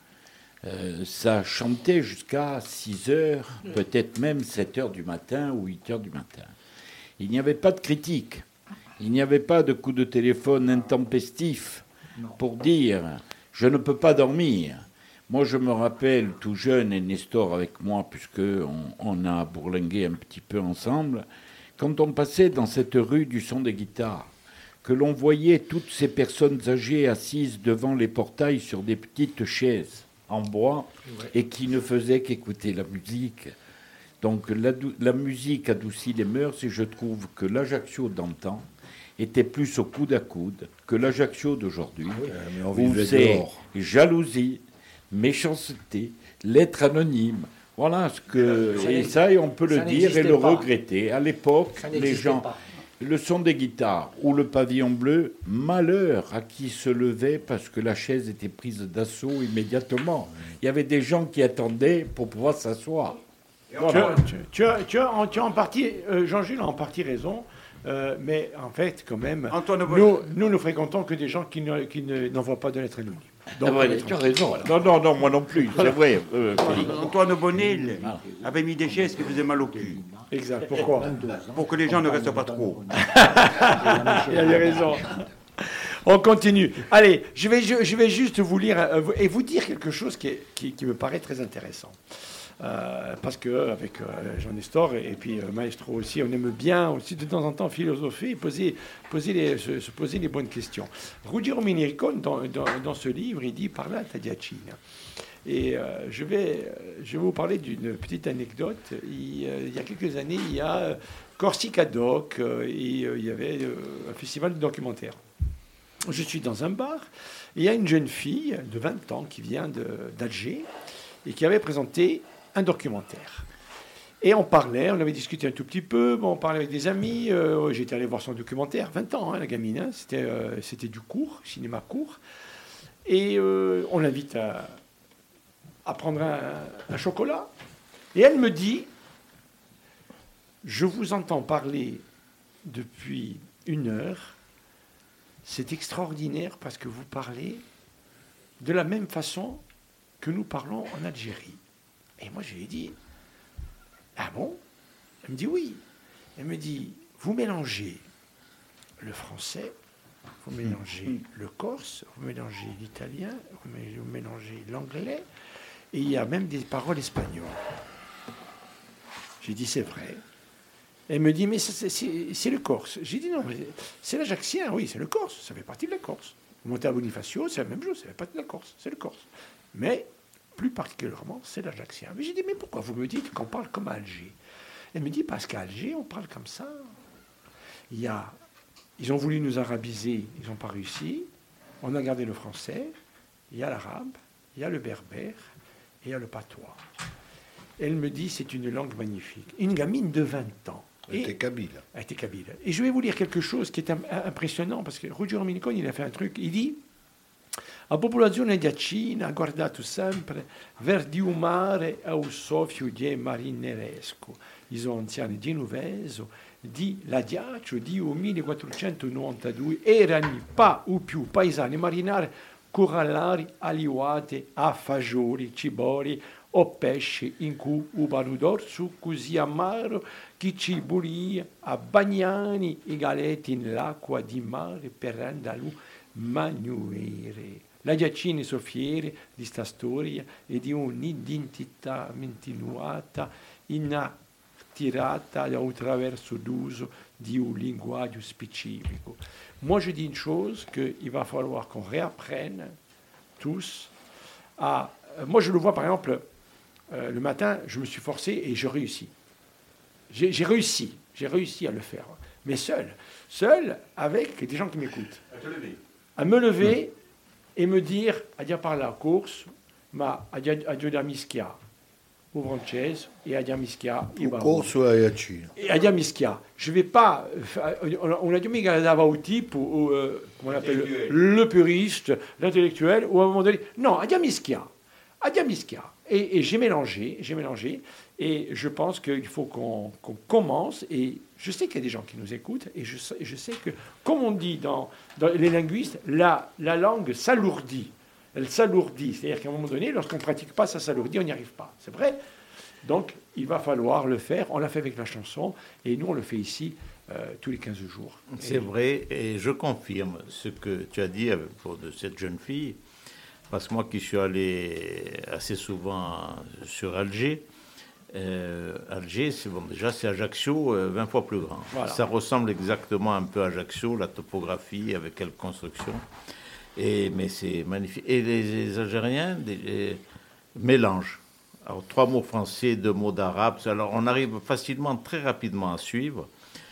ça chantait jusqu'à 6 heures, peut-être même 7 heures du matin ou 8 heures du matin. Il n'y avait pas de critique, il n'y avait pas de coup de téléphone intempestif pour dire « je ne peux pas dormir ». Moi, je me rappelle, tout jeune, et Nestor avec moi, puisqu'on a bourlingué un petit peu ensemble, quand on passait dans cette rue du son des guitares, que l'on voyait toutes ces personnes âgées assises devant les portails sur des petites chaises en bois et qui ne faisaient qu'écouter la musique. Donc la musique adoucit les mœurs, et je trouve que l'Ajaccio d'antan était plus au coude à coude que l'Ajaccio d'aujourd'hui, où c'est jalousie, méchanceté, lettre anonyme. Voilà ce que... Et ça, on peut le dire et le regretter. À l'époque, les gens... Le son des guitares ou le pavillon bleu, malheur à qui se levait parce que la chaise était prise d'assaut immédiatement. Il y avait des gens qui attendaient pour pouvoir s'asseoir. Voilà. Tu as en partie... Jean-Jules a en partie raison. Mais en fait, quand même, nous ne fréquentons que des gens qui n'envoient pas de lettres anonymes. Donc, tu as raison. Non, moi non plus, c'est vrai. Antoine Bonnet avait mis des chaises qui faisaient mal au cul. Exact. Pourquoi? Pour que les gens ne restent pas trop. Il avait raison. On continue. Allez, je vais juste vous lire et vous dire quelque chose qui me paraît très intéressant. Parce qu'avec Jean-Nestor et puis Maestro aussi, on aime bien aussi de temps en temps philosopher et se poser les bonnes questions. Ruggiero Miniricone, dans ce livre, il dit « Parla Tagliacina ». Et je vais vous parler d'une petite anecdote. Il y a quelques années, il y a Corsica Doc, et il y avait un festival de documentaire. Je suis dans un bar, et il y a une jeune fille de 20 ans qui vient d'Alger et qui avait présenté un documentaire. Et on avait discuté un tout petit peu, on parlait avec des amis, j'étais allé voir son documentaire, 20 ans, la gamine, hein, c'était du court, cinéma court, et on l'invite à prendre un chocolat, et elle me dit, je vous entends parler depuis 1 heure, c'est extraordinaire parce que vous parlez de la même façon que nous parlons en Algérie. Et moi, je lui ai dit, ah bon? Elle me dit oui. Elle me dit, vous mélangez le français, vous mélangez le corse, vous mélangez l'italien, vous mélangez l'anglais, et il y a même des paroles espagnoles. J'ai dit, c'est vrai. Elle me dit, mais c'est le corse. J'ai dit, non, c'est l'ajaccien, oui, c'est le corse, ça fait partie de la Corse. Vous montez à Bonifacio, c'est la même chose, ça fait partie de la Corse, c'est le corse. Mais plus particulièrement, c'est l'ajaccien. Mais j'ai dit, mais pourquoi vous me dites qu'on parle comme à Alger? Elle me dit, parce qu'à Alger, on parle comme ça. Ils ont voulu nous arabiser, ils n'ont pas réussi. On a gardé le français, il y a l'arabe, il y a le berbère, et il y a le patois. Elle me dit, c'est une langue magnifique. Une gamine de 20 ans. Elle était kabyle. Elle était kabyle. Et je vais vous lire quelque chose qui est impressionnant, parce que Ruggiero Miniricone, il a fait un truc, il dit, la popolazione giacina ha guardato sempre verdi un mare a un soffio di marineresco, iso anziane genovese, dell'Adiaccio di 1492 erano pa o più paesani marinari corallari aliuate a fagioli, cibori o pesce in cui un baludor su così amaro che ci bulia a bagnani i galetti nell'acqua di mare per renderlo manuere. La Giacini soffiere di sta storia e di un'identità continuata inattirata attraverso l'uso di un linguaggio specifico. Moi, je dis une chose qu'il va falloir qu'on réapprenne tous à... Moi, je le vois, par exemple, le matin, je me suis forcé et je réussis. J'ai réussi à le faire. Mais seul avec des gens qui m'écoutent. À me lever et me dire, à dire par la course, ma a dire mischia, au Francese et à dire mischia, course ou à Yacine. Et à dire mischia. Je vais pas, on a dit mais au type, comment on appelle le puriste, l'intellectuel, ou à un moment donné, non, à dire mischia. Et j'ai mélangé, et je pense qu'il faut qu'on commence, et je sais qu'il y a des gens qui nous écoutent, et je sais que, comme on dit dans les linguistes, la langue s'alourdit. Elle s'alourdit, c'est-à-dire qu'à un moment donné, lorsqu'on ne pratique pas, ça s'alourdit, on n'y arrive pas. C'est vrai. Donc, il va falloir le faire. On l'a fait avec la chanson, et nous, on le fait ici tous les 15 jours. C'est vrai, et je confirme ce que tu as dit de cette jeune fille. Parce que moi qui suis allé assez souvent sur Alger, Alger, c'est Ajaccio 20 fois plus grand. Voilà. Ça ressemble exactement un peu à Ajaccio, la topographie, avec quelle construction. Mais c'est magnifique. Et les Algériens mélangent. Alors, 3 mots français, 2 mots d'arabe. Alors, on arrive facilement, très rapidement à suivre.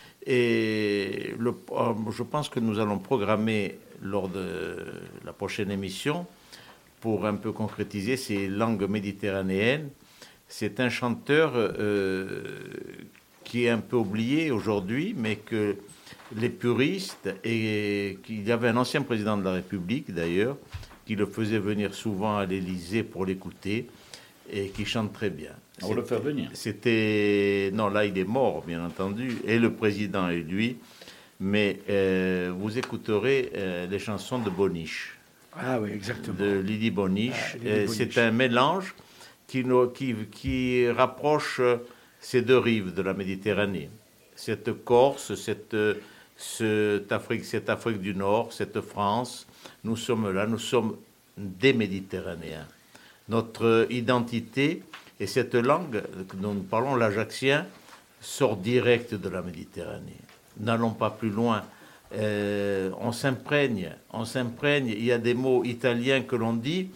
Et je pense que nous allons programmer lors de la prochaine émission, pour un peu concrétiser ces langues méditerranéennes. C'est un chanteur qui est un peu oublié aujourd'hui, mais que les puristes, et qu'il y avait un ancien président de la République d'ailleurs, qui le faisait venir souvent à l'Élysée pour l'écouter, et qui chante très bien. On le fait venir. Non, là il est mort, bien entendu, et le président et lui, mais vous écouterez les chansons de Boniche. Ah oui, exactement. De Lydie Boniche. C'est un mélange qui rapproche ces deux rives de la Méditerranée. Cette Corse, cette Afrique du Nord, cette France, nous sommes là, nous sommes des Méditerranéens. Notre identité et cette langue dont nous parlons, l'ajaccien, sort direct de la Méditerranée. N'allons pas plus loin. On s'imprègne. Il y a des mots italiens que l'on dit,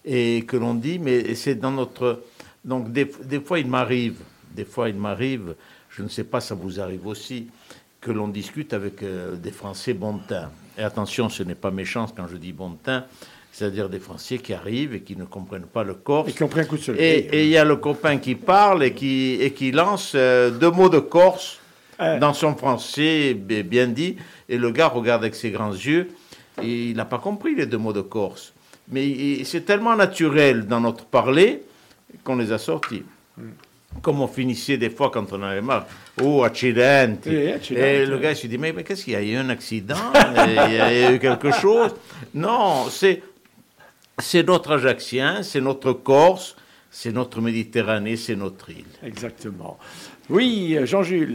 mais c'est dans notre... Donc des fois il m'arrive, je ne sais pas, ça vous arrive aussi, que l'on discute avec des Français bon teint. Et attention, ce n'est pas méchant quand je dis bon teint, c'est-à-dire des Français qui arrivent et qui ne comprennent pas le corse. Et qui ont pris un coup de soleil. Et il y a le copain qui parle et qui lance 2 mots de corse dans son français bien dit, et le gars regarde avec ses grands yeux, et il n'a pas compris les 2 mots de corse. Mais c'est tellement naturel dans notre parler qu'on les a sortis. Comme on finissait des fois quand on avait marre, oh, accident. Et le gars se dit, mais qu'est-ce qu'il y a? Il y a eu un accident? Il y a eu quelque chose? Non, c'est notre Ajaccien, c'est notre Corse, c'est notre Méditerranée, c'est notre île. Exactement. Oui, Jean-Jules.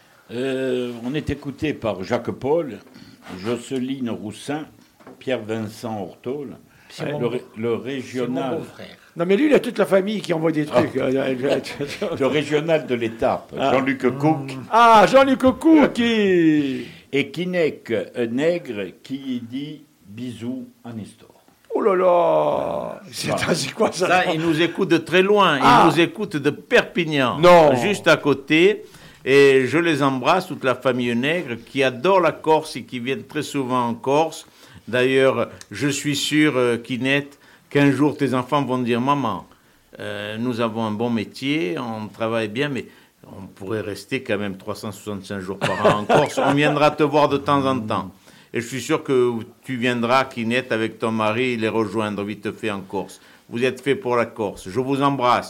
On est écouté par Jacques Paul, Jocelyne Roussin, Pierre-Vincent Ortol, le régional... C'est mon frère. Non, mais lui, il a toute la famille qui envoie des trucs. Le régional de l'étape, Jean-Luc Cook. Ah, Jean-Luc Cook qui... Et Kinek, un nègre qui dit bisous à Nestor. Oh là là, c'est quoi ça? Ça, il nous écoute de très loin. Il nous écoute de Perpignan, juste à côté. Et je les embrasse, toute la famille nègre qui adore la Corse et qui viennent très souvent en Corse. D'ailleurs, je suis sûr, Kinette, qu'un jour tes enfants vont dire, maman, nous avons un bon métier, on travaille bien, mais on pourrait rester quand même 365 jours par an en Corse. On viendra te voir de temps en temps. Et je suis sûr que tu viendras, Kinette, avec ton mari, les rejoindre vite fait en Corse. Vous êtes fait pour la Corse. Je vous embrasse.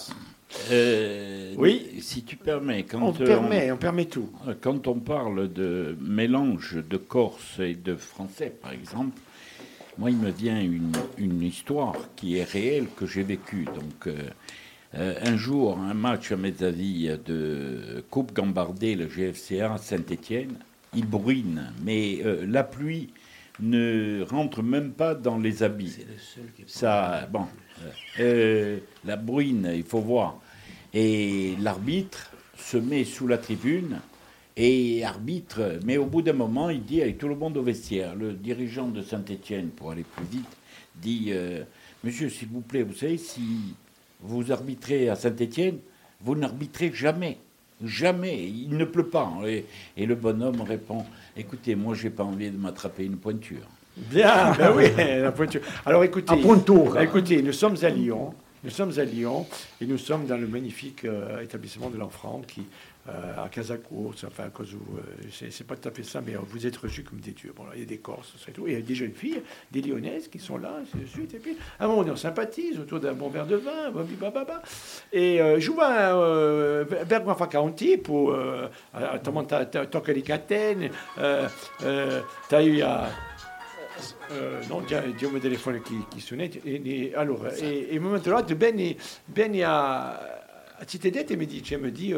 Oui. Si tu permets. On permet tout. Quand on parle de mélange de Corse et de français, par exemple, moi, il me vient une histoire qui est réelle, que j'ai vécue. Donc, un jour, un match à mes avis de Coupe Gambardé, le GFCA Saint-Étienne, il bruine, mais la pluie ne rentre même pas dans les habits. C'est le seul qui ça, bon, la bruine, il faut voir. Et l'arbitre se met sous la tribune et arbitre, mais au bout d'un moment, il dit avec tout le monde au vestiaire, le dirigeant de Saint-Étienne, pour aller plus vite, dit monsieur, s'il vous plaît, vous savez, si vous arbitrez à Saint-Étienne, vous n'arbitrez jamais. Jamais, il ne pleut pas. Et le bonhomme répond, écoutez, moi, j'ai pas envie de m'attraper une pointure. Bien, ben oui, la pointure. Alors écoutez, Pointour. Écoutez, nous sommes à Lyon. Nous sommes à Lyon et nous sommes dans le magnifique établissement de l'Enfant qui, à Casacourt, enfin, à cause où, c'est pas tout à fait ça, mais vous êtes reçus comme des dieux. Bon, là, il y a des Corses, c'est tout. Et il y a des jeunes filles, des Lyonnaises qui sont là, ainsi de suite. Et puis, à un moment donné, on sympathise autour d'un bon verre de vin, et je vois Bergman Facaunti pour Tocca di Catene, t'as eu à. Non, Dio mi telefono chi suonate. Allora, e il momento là, Benny a Cittadette me dit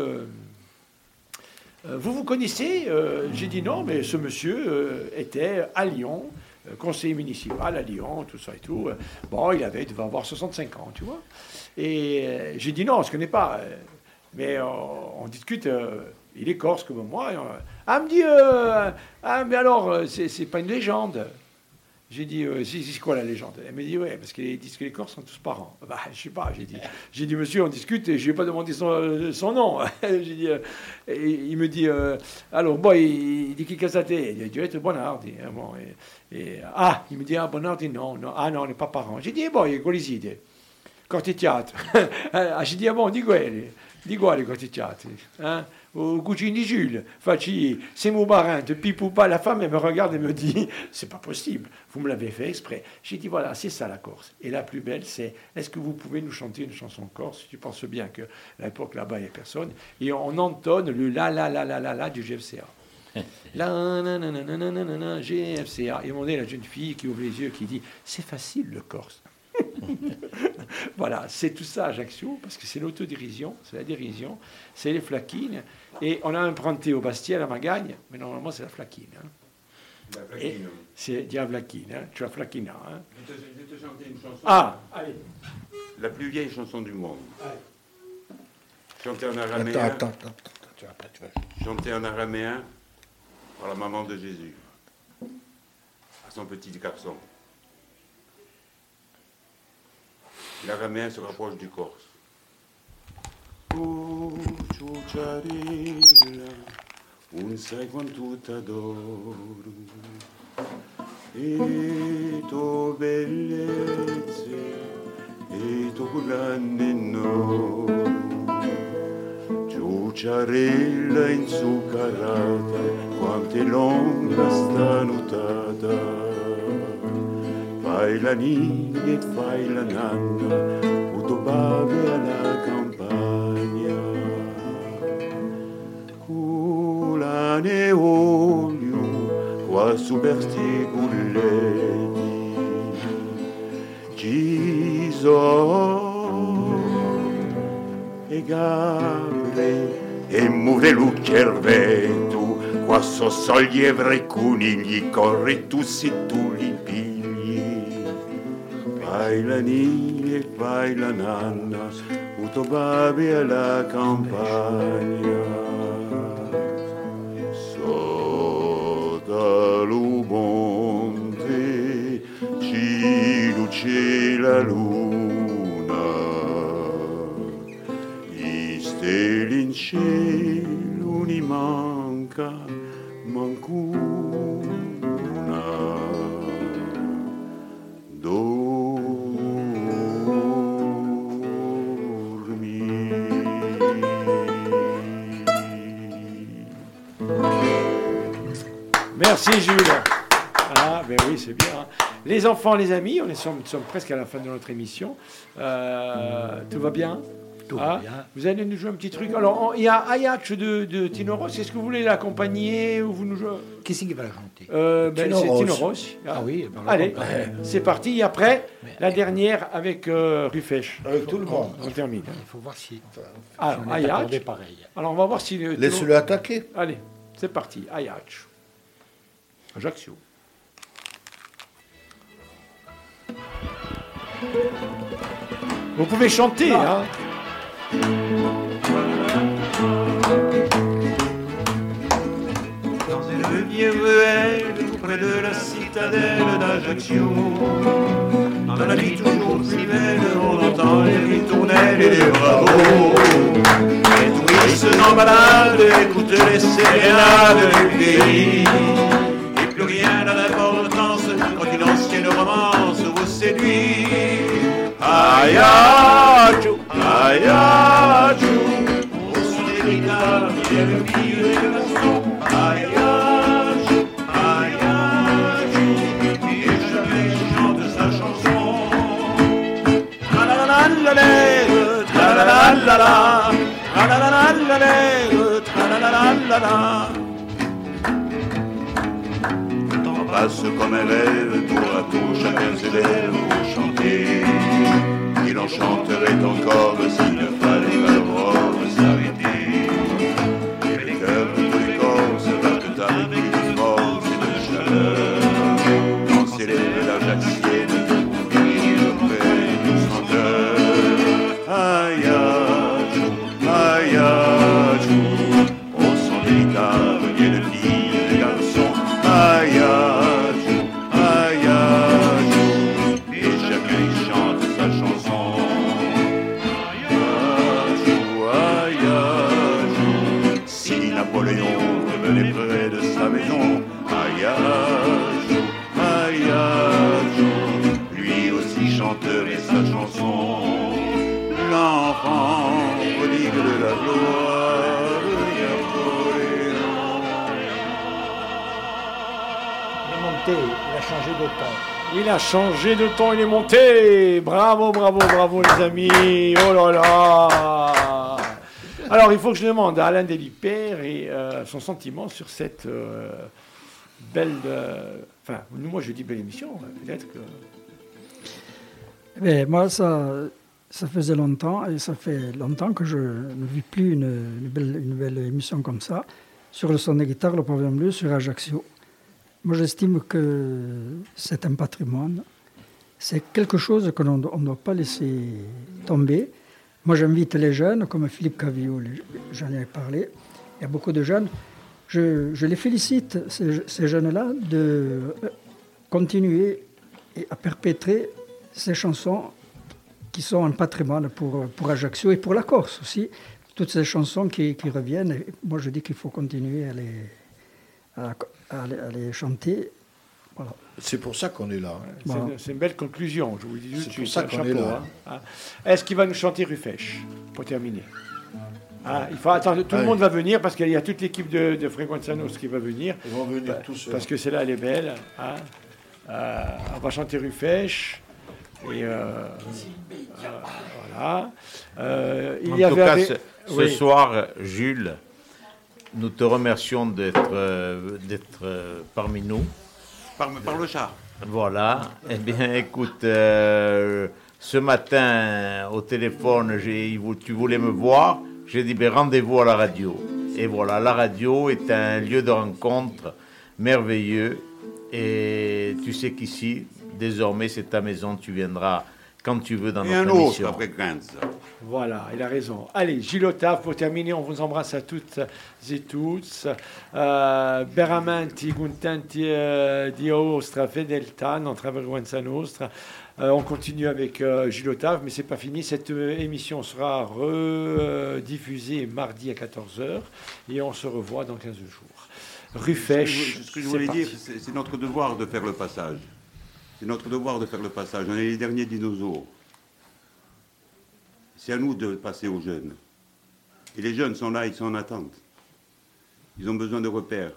vous connaissez J'ai dit non, mais ce monsieur était à Lyon, conseiller municipal à Lyon, tout ça et tout. Bon, il devait avoir 65 ans, tu vois. Et j'ai dit non, on ne se connaît pas. Mais on discute, il est corse comme moi. Elle me dit mais alors, c'est pas une légende. J'ai dit, c'est quoi la légende? Elle m'a dit, ouais, parce qu'ils disent que les Corses sont tous parents. Bah, je sais pas, j'ai dit, monsieur, on discute, et je lui ai pas demandé son nom. J'ai dit, il me dit, alors, bon, il dit, qui casate? Il dit, être Bonardi. Bon, il me dit, Bonardi, non, on n'est pas parents. J'ai dit, bon, il y a Goliside, Cortitiate. J'ai dit, bon, di quoi les Cortitiate? Au cugino di Jules, c'est mon barin, depuis Poupa, la femme, elle me regarde et me dit, c'est pas possible, vous me l'avez fait exprès. J'ai dit, voilà, c'est ça la Corse. Et la plus belle, c'est, est-ce que vous pouvez nous chanter une chanson corse? Tu penses bien qu'à l'époque, là-bas, il n'y a personne. Et on entonne le la du GFCA. La na GFCA. Et on est la jeune fille qui ouvre les yeux, qui dit, c'est facile le corse. Voilà, c'est tout ça Ajaccio, parce que c'est l'autodérision, c'est la dérision, c'est les flaquines, et on a emprunté au Bastia la Magagne, mais normalement c'est la flaquine. Hein. La flaquine. C'est Diavlaquine, hein. Tu as flaquina. Hein. Je vais te chanter une chanson. Ah, allez. La plus vieille chanson du monde. Chantée en araméen. Attends. Chantée en araméen par la maman de Jésus à son petit garçon. L'araméen se rapproche du corse. Oh, ciucciarella, un sai quanto t'adoro, e to bellezze, e to grande no. Ciucciarella inzuccherata, quante longa sta notata. Fai la nina e fai la nanna, tutto bave alla campagna. Culane e olio, qua su per sti culletti. Giso e gabbre e muove lu cervetto, qua so sogli e conigli, corri tu si tu li pigli. Fai la nina e fai la nanna, tutto babi alla campagna. Sotto lo monte ci luce la luna, gli stelle in cielo ne manca mancuna. Merci Jules. Ah, ben oui, c'est bien. Hein. Les enfants, les amis, nous sommes presque à la fin de notre émission. Tout va bien? Tout va bien. Vous allez nous jouer un petit truc. Alors, il y a Ayach de Tino Rossi. Est-ce que vous voulez l'accompagner ou vous nous jouez? Qui c'est qui va la chanter? C'est Tino Rossi. Ah oui. Allez, c'est parti. Et après, la dernière avec Rufesh. Avec tout le monde. On termine. Il faut voir si Alors, on est accordé pareil. Alors, on va voir si... Laisse-le attaquer. Allez, c'est parti. Ayach. Ajaccio. Vous pouvez chanter, hein. Dans une vieille ruelle près de la citadelle d'Ajaccio, dans la nuit toujours si belle, on entend les ritournelles et les bravos. Les touristes en balade écoutent les sérénades du pays. Et plus rien n'a d'importance quand une ancienne romance vous séduit. Ayachou, Ayachou, au son des guitares, il y a le fil et le garçon. Ayachou, Ayachou, et jamais chante sa chanson. Tra-la-la-la-la-la, tra-la-la-la-la, tra-la-la-la-la-la, tra-la-la-la-la. Le temps passe comme un rêve, tour à tour chacun s'élève pour chanter. Il en chanterait encore s'il ne fallait pas l'aurore s'arrêter. Et les cœurs de tous les corps se battent avec une force et de chaleur. Quand s'élève l'Ajaxienne de couvrir près du senteur. Ayachou, Ayachou, au son des guitares viennent filles et garçons. Ayachou, Ayachou, et chacun y chante sa chanson. Si Napoléon revenait près de sa maison, Ayachou, Ayachou, lui aussi chanterait sa chanson. L'enfant prodigue de la gloire de Napoléon. Il est monté, il a changé de temps. Il a changé de ton, il est monté. Bravo, bravo, bravo les amis. Oh là là. Alors, il faut que je demande à Alain Delipère et son sentiment sur cette belle... Enfin, moi je dis belle émission, peut-être que... Mais moi, ça faisait longtemps, et ça fait longtemps que je ne vis plus une belle émission comme ça, sur le son de guitare, le Pavillon Bleu, sur Ajaccio. Moi, j'estime que c'est un patrimoine. C'est quelque chose que l'on ne doit pas laisser tomber. Moi, j'invite les jeunes, comme Philippe Cavillot, j'en ai parlé. Il y a beaucoup de jeunes. Je les félicite, ces jeunes-là, de continuer à perpétrer ces chansons qui sont un patrimoine pour Ajaccio et pour la Corse aussi. Toutes ces chansons qui reviennent. Et moi, je dis qu'il faut continuer à les chanter. Voilà. C'est pour ça qu'on est là. Voilà. C'est une belle conclusion, je vous le dis tout de suite. C'est pour ça qu'on est là. Hein. Est-ce qu'il va nous chanter Rufesh pour terminer? Il faut attendre, tout le monde va venir parce qu'il y a toute l'équipe de Frequenza Nostra qui va venir. Ils vont venir tous. Parce que celle-là, elle est belle. On va chanter Rufesh. Et voilà. En tout cas, ce soir, Jules, nous te remercions d'être parmi nous. Par le char. Voilà. Eh bien, écoute, ce matin, au téléphone, tu voulais me voir. J'ai dit, rendez-vous à la radio. Et voilà, la radio est un lieu de rencontre merveilleux. Et tu sais qu'ici, désormais, c'est ta maison. Tu viendras quand tu veux dans notre émission. Après Frequenza. Voilà, il a raison. Allez, Gilles Otave, pour terminer, on vous embrasse à toutes et tous. Veramente contenti di vostra fedeltà, notre Frequenza Nostra. On continue avec Gilles Otave, mais c'est pas fini. Cette émission sera rediffusée mardi à 14h et on se revoit dans 15 jours. Rufesh. Ce que je voulais dire, c'est notre devoir de faire le passage. C'est notre devoir de faire le passage. On est les derniers dinosaures. C'est à nous de passer aux jeunes. Et les jeunes sont là, ils sont en attente. Ils ont besoin de repères.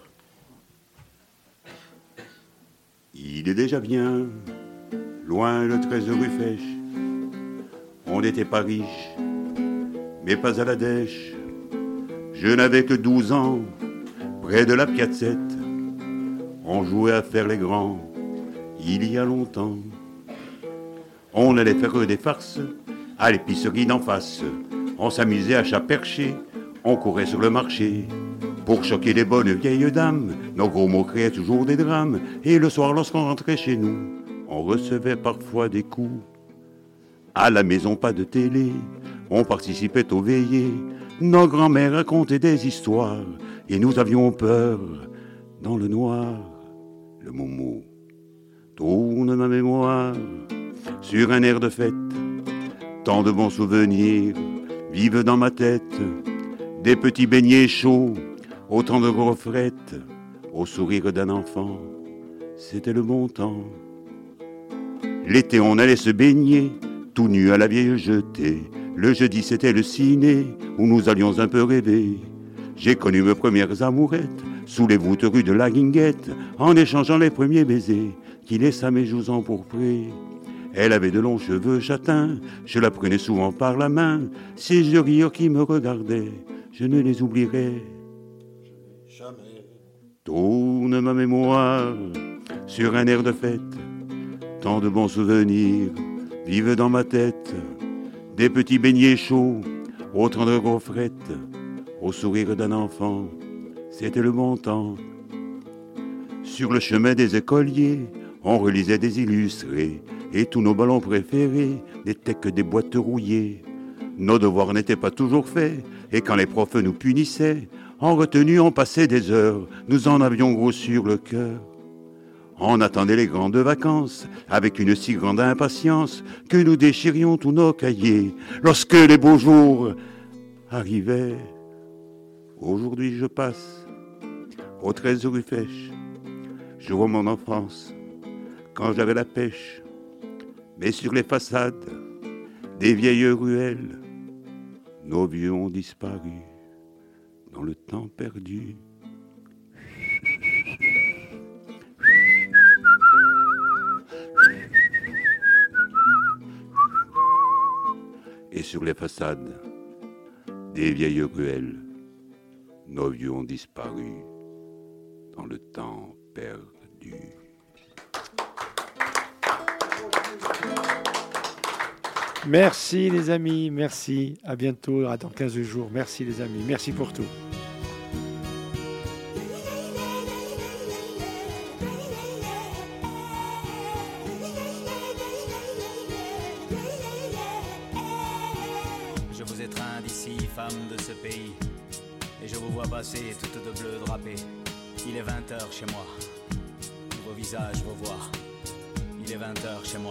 Il est déjà bien, loin le 13 rue Fèche. On n'était pas riches, mais pas à la dèche. Je n'avais que 12 ans, près de la Piazzette. On jouait à faire les grands, il y a longtemps. On allait faire des farces à l'épicerie d'en face. On s'amusait à chat perché, on courait sur le marché. Pour choquer les bonnes vieilles dames, nos gros mots créaient toujours des drames. Et le soir, lorsqu'on rentrait chez nous, on recevait parfois des coups. À la maison, pas de télé, on participait aux veillées. Nos grands-mères racontaient des histoires, et nous avions peur. Dans le noir, le momo tourne ma mémoire sur un air de fête. Tant de bons souvenirs vivent dans ma tête. Des petits beignets chauds, autant de gros frettes, au sourire d'un enfant, c'était le bon temps. L'été, on allait se baigner, tout nu à la vieille jetée. Le jeudi, c'était le ciné, où nous allions un peu rêver. J'ai connu mes premières amourettes, sous les voûtes rue de la Guinguette, en échangeant les premiers baisers, qui laissa mes joues empourprées. Elle avait de longs cheveux châtains, je la prenais souvent par la main. Ces yeux rieurs qui me regardaient, je ne les oublierai jamais. Tourne ma mémoire sur un air de fête. Tant de bons souvenirs vivent dans ma tête. Des petits beignets chauds, autant de gros frettes, au sourire d'un enfant, c'était le bon temps. Sur le chemin des écoliers, on relisait des illustrés, et tous nos ballons préférés n'étaient que des boîtes rouillées. Nos devoirs n'étaient pas toujours faits, et quand les profs nous punissaient, en retenue on passait des heures, nous en avions gros sur le cœur. On attendait les grandes vacances avec une si grande impatience que nous déchirions tous nos cahiers lorsque les beaux jours arrivaient. Aujourd'hui je passe aux 13 rue Fèche. Je vois mon enfance quand j'avais la pêche. Mais sur les façades des vieilles ruelles, nos vieux ont disparu dans le temps perdu. Et sur les façades des vieilles ruelles, nos vieux ont disparu dans le temps perdu. Merci les amis, merci. À bientôt, dans 15 jours. Merci les amis, merci pour tout. Je vous étreins d'ici, femmes de ce pays, et je vous vois passer toutes de bleu drapées. Il est 20h chez moi, vos visages, vos voix. Il est 20h chez moi.